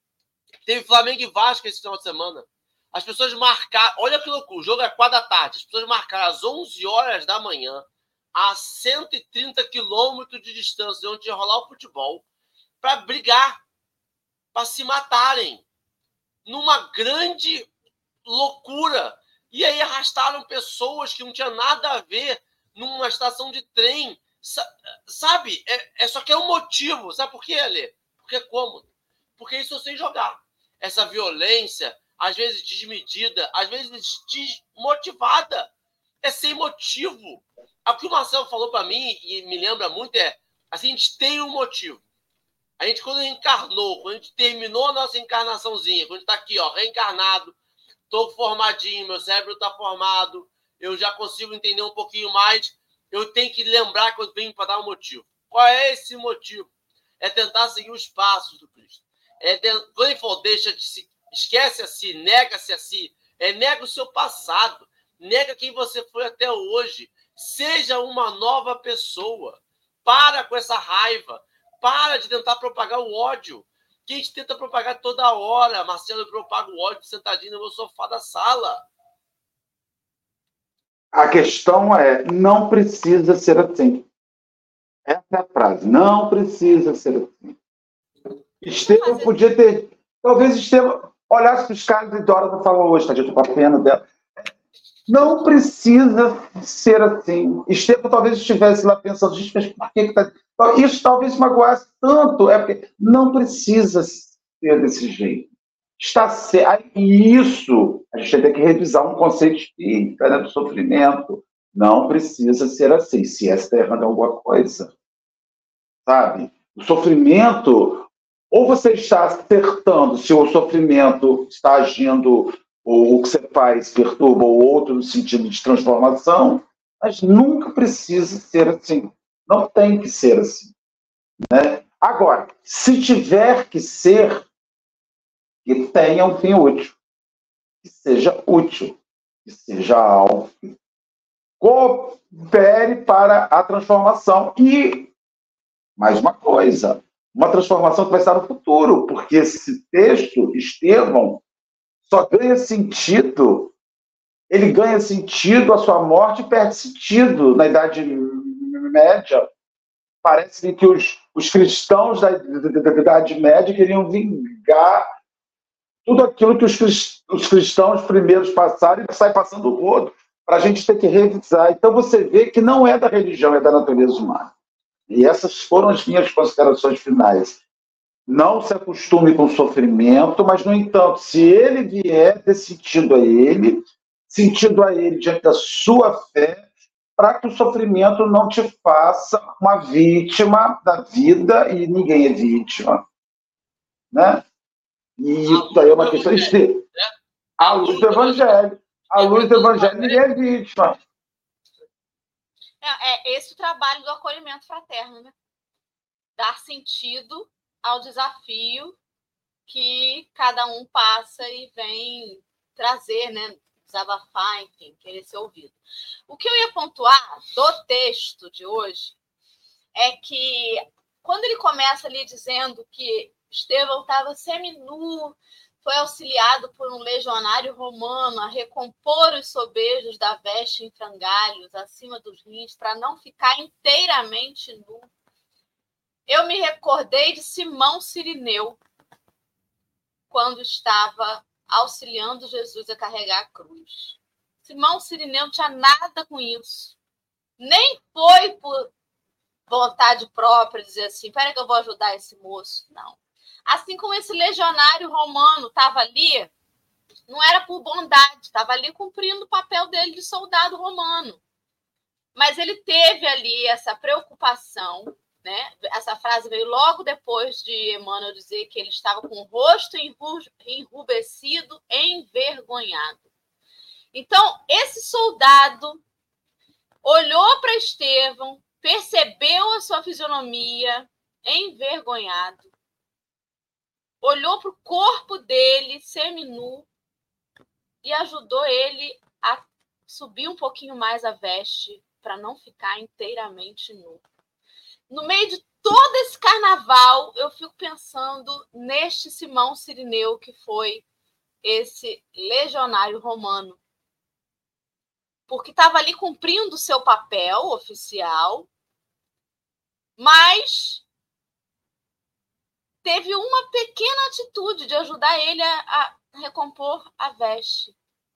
Teve Flamengo e Vasco esse final de semana. As pessoas marcaram, olha que loucura, o jogo é quatro da tarde. As pessoas marcaram às onze horas da manhã, a cento e trinta quilômetros de distância de onde ia rolar o futebol, para brigar, para se matarem, numa grande loucura. E aí arrastaram pessoas que não tinham nada a ver numa estação de trem. Sabe? É, é só que é um motivo. Sabe por quê, Alê? Porque é cômodo. porque isso eu sei jogar. Essa violência, às vezes desmedida, às vezes desmotivada, é sem motivo. O que o Marcelo falou para mim, e me lembra muito, é assim, a gente tem um motivo. A gente, quando encarnou, quando a gente terminou a nossa encarnaçãozinha, quando a gente está aqui, ó, reencarnado, estou formadinho, meu cérebro está formado, eu já consigo entender um pouquinho mais, eu tenho que lembrar que eu venho para dar um motivo. Qual é esse motivo? É tentar seguir os passos do Cristo. É de... Quando ele falou, deixa de se... esquece a si, nega-se a si, é nega o seu passado, nega quem você foi até hoje, seja uma nova pessoa, para com essa raiva, para de tentar propagar o ódio, que a gente tenta propagar toda hora. Marcelo, eu propago o ódio sentadinho no meu sofá da sala.
A questão é, não precisa ser assim. Essa é a frase, não precisa ser assim. Estevão podia ter... Talvez Estevão olhasse para os caras e Dora não falou hoje, tadinho, com a pena dela. Não precisa ser assim. Estevão talvez estivesse lá pensando, gente, mas por que que tá... Isso talvez magoasse tanto, é porque não precisa ser desse jeito. Está certo. E isso, a gente tem que revisar um conceito espírita, né, do sofrimento. Não precisa ser assim, se essa está errando alguma coisa. Sabe? O sofrimento, ou você está acertando se o sofrimento está agindo, ou o que você faz perturba o outro no sentido de transformação, mas nunca precisa ser assim. Não tem que ser assim. Né? Agora, se tiver que ser, que tenha um fim útil, que seja útil, que seja algo que coopere para a transformação. E, mais uma coisa, uma transformação que vai estar no futuro, porque esse texto, Estevão, só ganha sentido, ele ganha sentido, a sua morte perde sentido. Na Idade Média, parece que os, os cristãos da, da, da Idade Média queriam vingar tudo aquilo que os, os cristãos primeiros passaram e sai passando o rodo, para a gente ter que revisar. Então você vê que não é da religião, é da natureza humana. E essas foram as minhas considerações finais. Não se acostume com o sofrimento, mas, no entanto, se ele vier, dê sentido a ele, sentido a ele diante da sua fé, para que o sofrimento não te faça uma vítima da vida, e ninguém é vítima. Né? E isso daí é uma questão de... A luz do Evangelho. A luz do Evangelho, ninguém é vítima.
É, é esse o trabalho do acolhimento fraterno, né? Dar sentido ao desafio que cada um passa e vem trazer, né? Desabafar, enfim, querer ser ouvido. O que eu ia pontuar do texto de hoje é que quando ele começa ali dizendo que Estevão estava seminu, foi auxiliado por um legionário romano a recompor os sobejos da veste em frangalhos acima dos rins para não ficar inteiramente nu. Eu me recordei de Simão Cirineu, quando estava auxiliando Jesus a carregar a cruz. Simão Cirineu não tinha nada com isso. Nem foi por vontade própria dizer assim, espera que eu vou ajudar esse moço. Não. Assim como esse legionário romano estava ali, não era por bondade, estava ali cumprindo o papel dele de soldado romano. Mas ele teve ali essa preocupação, né? Essa frase veio logo depois de Emmanuel dizer que ele estava com o rosto enrubescido, envergonhado. Então, esse soldado olhou para Estevão, percebeu a sua fisionomia, envergonhado, olhou para o corpo dele, seminu, e ajudou ele a subir um pouquinho mais a veste para não ficar inteiramente nu. No meio de todo esse carnaval, eu fico pensando neste Simão Cirineu, que foi esse legionário romano. Porque estava ali cumprindo o seu papel oficial, mas teve uma pequena atitude de ajudar ele a, a recompor a veste.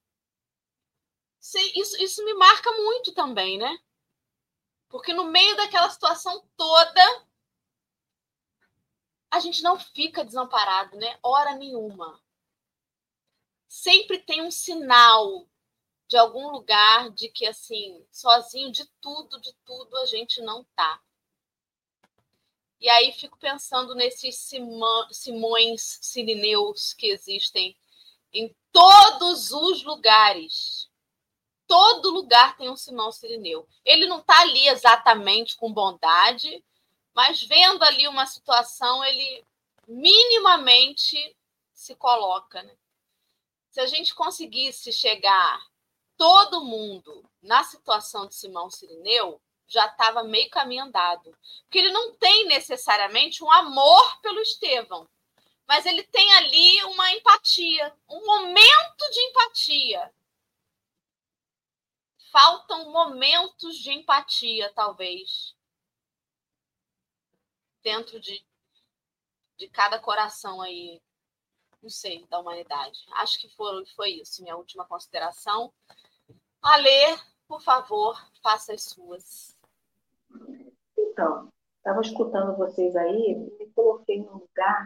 Isso, isso me marca muito também, né? Porque no meio daquela situação toda, a gente não fica desamparado, né? Hora nenhuma. Sempre tem um sinal de algum lugar de que, assim, sozinho de tudo, de tudo, a gente não tá. E aí fico pensando nesses Simão, Simões Sirineus que existem em todos os lugares. Todo lugar tem um Simão Sirineu. Ele não está ali exatamente com bondade, mas vendo ali uma situação, ele minimamente se coloca, né? Se a gente conseguisse chegar todo mundo na situação de Simão Sirineu, já estava meio caminho andado. Porque ele não tem necessariamente um amor pelo Estevão, mas ele tem ali uma empatia, um momento de empatia. Faltam momentos de empatia, talvez, dentro de, de cada coração aí, não sei, da humanidade. Acho que foi, foi isso, minha última consideração. Alê, por favor, faça as suas.
Então, estava escutando vocês aí, me coloquei num lugar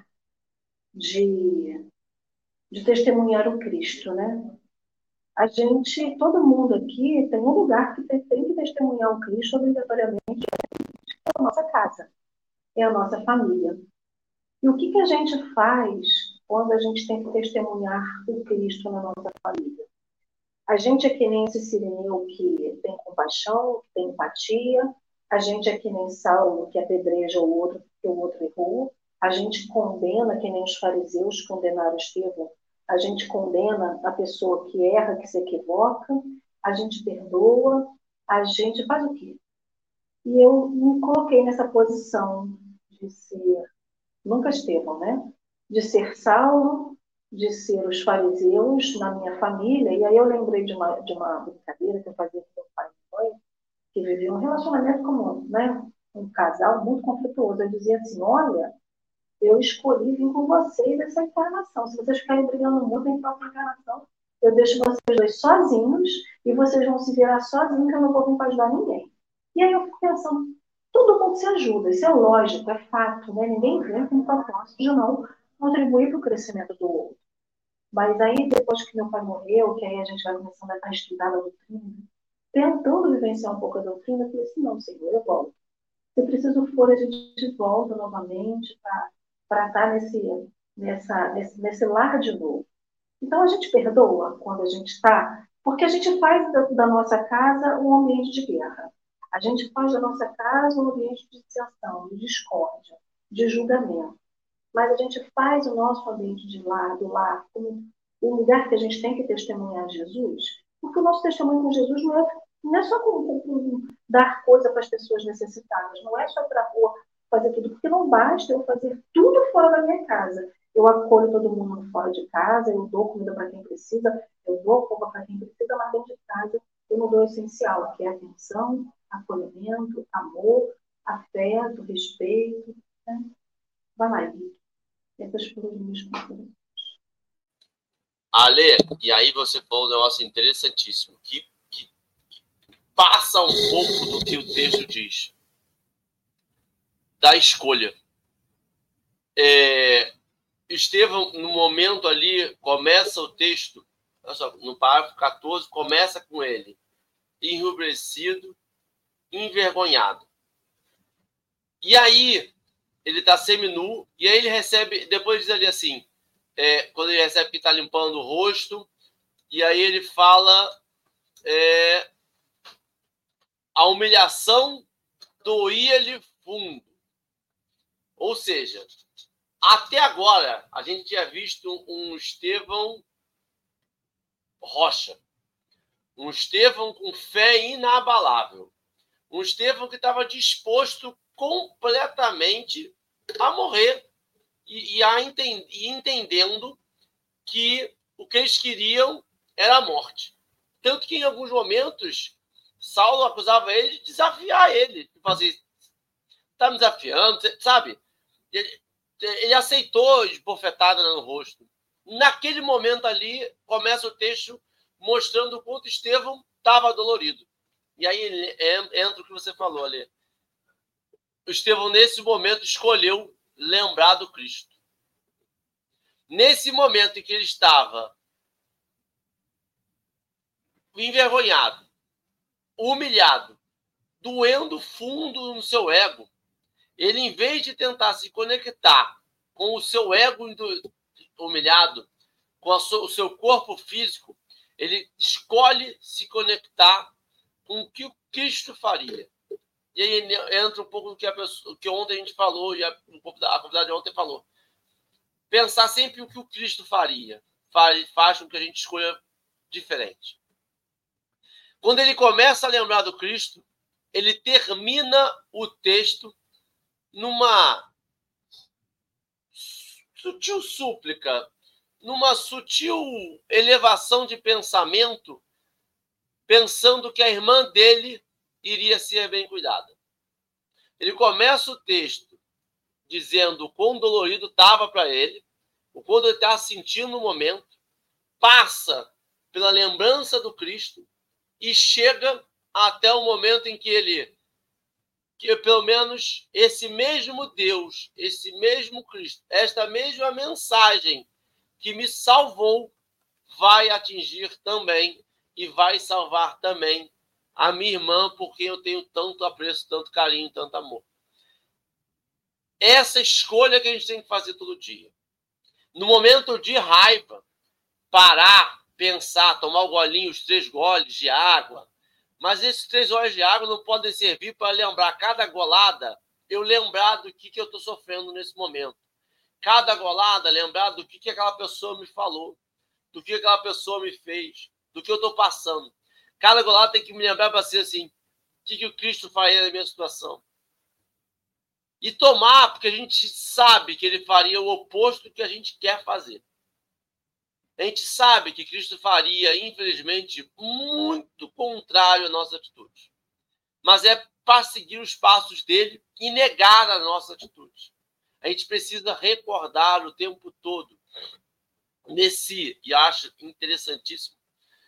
de, de testemunhar o Cristo, né? A gente, todo mundo aqui tem um lugar que tem, tem que testemunhar o Cristo obrigatoriamente, é a nossa casa, é a nossa família. E o que, que a gente faz quando a gente tem que testemunhar o Cristo na nossa família? A gente é que nem esse Sirineu que tem compaixão, que tem empatia. A gente é que nem Saulo, que apedreja o outro porque o outro errou. A gente condena que nem os fariseus condenaram Estevão. A gente condena a pessoa que erra, que se equivoca. A gente perdoa. A gente faz o quê? E eu me coloquei nessa posição de ser, nunca Estevão, né? De ser Saulo, de ser os fariseus na minha família. E aí eu lembrei de uma, de uma brincadeira que eu fazia com meu pai e mãe, que viviam um relacionamento como, né, um casal muito conflituoso. Eu dizia assim, olha, eu escolhi vir com vocês essa encarnação. Se vocês ficarem brigando muito em própria encarnação, eu deixo vocês dois sozinhos e vocês vão se virar sozinhos, que eu não vou vir para ajudar ninguém. E aí eu fico pensando, todo mundo se ajuda, isso é lógico, é fato, né? Ninguém vem com o propósito de não contribuir para o crescimento do outro. Mas aí, depois que meu pai morreu, que aí a gente vai começando a estudar a doutrina, tentando vivenciar um pouco a doutrina, eu falei assim, não, Senhor, eu volto. Se preciso for, a gente volta novamente para estar nesse, nessa, nesse, nesse lar de novo. Então, a gente perdoa quando a gente está, porque a gente faz da, da nossa casa um ambiente de guerra. A gente faz da nossa casa um ambiente de dissensão, de discórdia, de julgamento. Mas a gente faz o nosso ambiente de lar, do lar, como um lugar que a gente tem que testemunhar Jesus, porque o nosso testemunho com Jesus não é, não é só com, com dar coisa para as pessoas necessitadas, não é só para a rua fazer tudo, porque não basta eu fazer tudo fora da minha casa. Eu acolho todo mundo fora de casa, eu dou comida para quem precisa, eu dou roupa para quem precisa, mas dentro de casa eu não dou o essencial, que é atenção, acolhimento, amor, afeto, respeito. Né? Vai lá, Henrique. Essas foram as minhas considerações.
Ale, e aí você falou um negócio interessantíssimo, que, que passa um pouco do que o texto diz, da escolha. É, Estevão, no momento ali, começa o texto, olha só, no parágrafo quatorze, começa com ele, enrubrecido, envergonhado. E aí, ele está seminu, e aí ele recebe, depois diz ali assim, é, quando ele recebe que está limpando o rosto, e aí ele fala, é, a humilhação doía-lhe fundo. Ou seja, até agora, a gente tinha visto um Estevão rocha, um Estevão com fé inabalável, um Estevão que estava disposto completamente a morrer e, e, a enten- e entendendo que o que eles queriam era a morte. Tanto que, em alguns momentos, Saulo acusava ele de desafiar ele, de fazer, está me desafiando, sabe? Ele, ele aceitou de bofetada no rosto. Naquele momento ali, começa o texto mostrando o quanto Estevão estava dolorido. E aí entra o que você falou ali. O Estevão, nesse momento, escolheu lembrar do Cristo. Nesse momento em que ele estava envergonhado, humilhado, doendo fundo no seu ego, ele, em vez de tentar se conectar com o seu ego humilhado, com a so, o seu corpo físico, ele escolhe se conectar com o que o Cristo faria. E aí entra um pouco do que, a pessoa, que ontem a gente falou, e a, a convidada de ontem falou. Pensar sempre o que o Cristo faria, faz, faz com que a gente escolha diferente. Quando ele começa a lembrar do Cristo, ele termina o texto numa sutil súplica, numa sutil elevação de pensamento, pensando que a irmã dele iria ser bem cuidada. Ele começa o texto dizendo o quão dolorido estava para ele, o quanto ele estava sentindo no momento, passa pela lembrança do Cristo e chega até o momento em que ele, que pelo menos esse mesmo Deus, esse mesmo Cristo, esta mesma mensagem que me salvou, vai atingir também e vai salvar também a minha irmã, porque eu tenho tanto apreço, tanto carinho, tanto amor. Essa escolha que a gente tem que fazer todo dia. No momento de raiva, parar, pensar, tomar o golinho, os três goles de água. Mas esses três goles de água não podem servir para lembrar cada golada, eu lembrar do que, que eu estou sofrendo nesse momento. Cada golada, lembrar do que, que aquela pessoa me falou, do que aquela pessoa me fez, do que eu estou passando. Cada golada tem que me lembrar para ser assim, o que, que o Cristo faria na minha situação. E tomar, porque a gente sabe que ele faria o oposto do que a gente quer fazer. A gente sabe que Cristo faria, infelizmente, muito contrário à nossa atitude. Mas é para seguir os passos dele e negar a nossa atitude. A gente precisa recordar o tempo todo nesse, e acho interessantíssimo,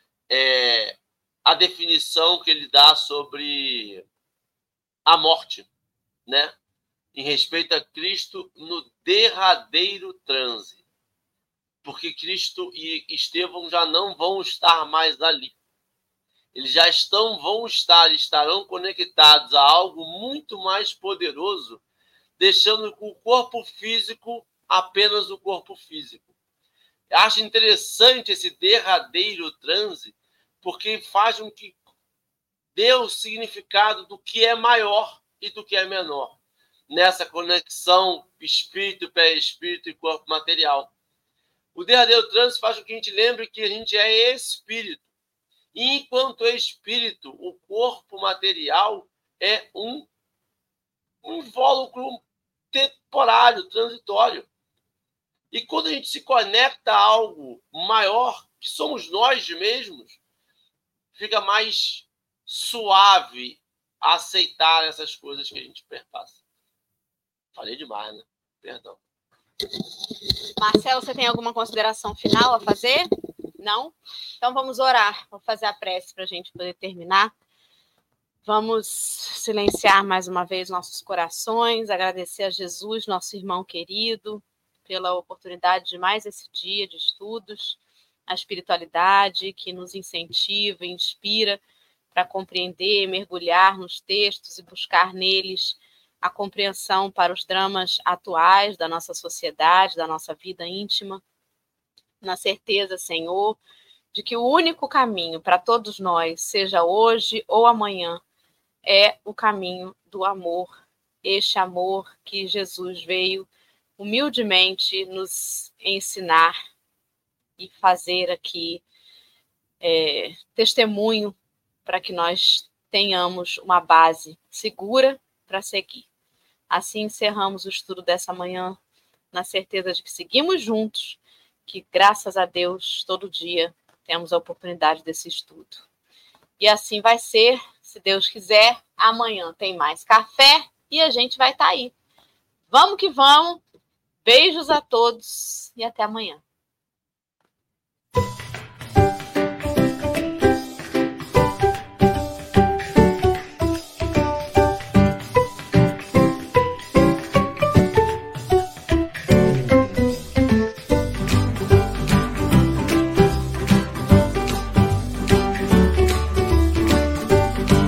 é, a definição que ele dá sobre a morte, né? Em respeito a Cristo no derradeiro transe. Porque Cristo e Estevão já não vão estar mais ali. Eles já estão, vão estar, estarão conectados a algo muito mais poderoso, deixando o corpo físico apenas o corpo físico. Eu acho interessante esse derradeiro transe, porque faz com que dê o significado do que é maior e do que é menor, nessa conexão espírito, pé-espírito e corpo material. O derradeiro transe faz com que a gente lembre que a gente é espírito. E enquanto é espírito, o corpo material é um, um invólucro temporário, transitório. E quando a gente se conecta a algo maior, que somos nós mesmos, fica mais suave aceitar essas coisas que a gente perpassa. Falei demais, né? Perdão.
Marcelo, você tem alguma consideração final a fazer? Não? Então vamos orar. Vou fazer a prece para a gente poder terminar. Vamos silenciar mais uma vez nossos corações, agradecer a Jesus, nosso irmão querido, pela oportunidade de mais esse dia de estudos, a espiritualidade que nos incentiva e inspira para compreender, mergulhar nos textos e buscar neles a compreensão para os dramas atuais da nossa sociedade, da nossa vida íntima, na certeza, Senhor, de que o único caminho para todos nós, seja hoje ou amanhã, é o caminho do amor, este amor que Jesus veio humildemente nos ensinar e fazer aqui é, testemunho para que nós tenhamos uma base segura para seguir. Assim encerramos o estudo dessa manhã, na certeza de que seguimos juntos, que graças a Deus, todo dia, temos a oportunidade desse estudo. E assim vai ser, se Deus quiser, amanhã tem mais café e a gente vai estar aí. Vamos que vamos, beijos a todos e até amanhã.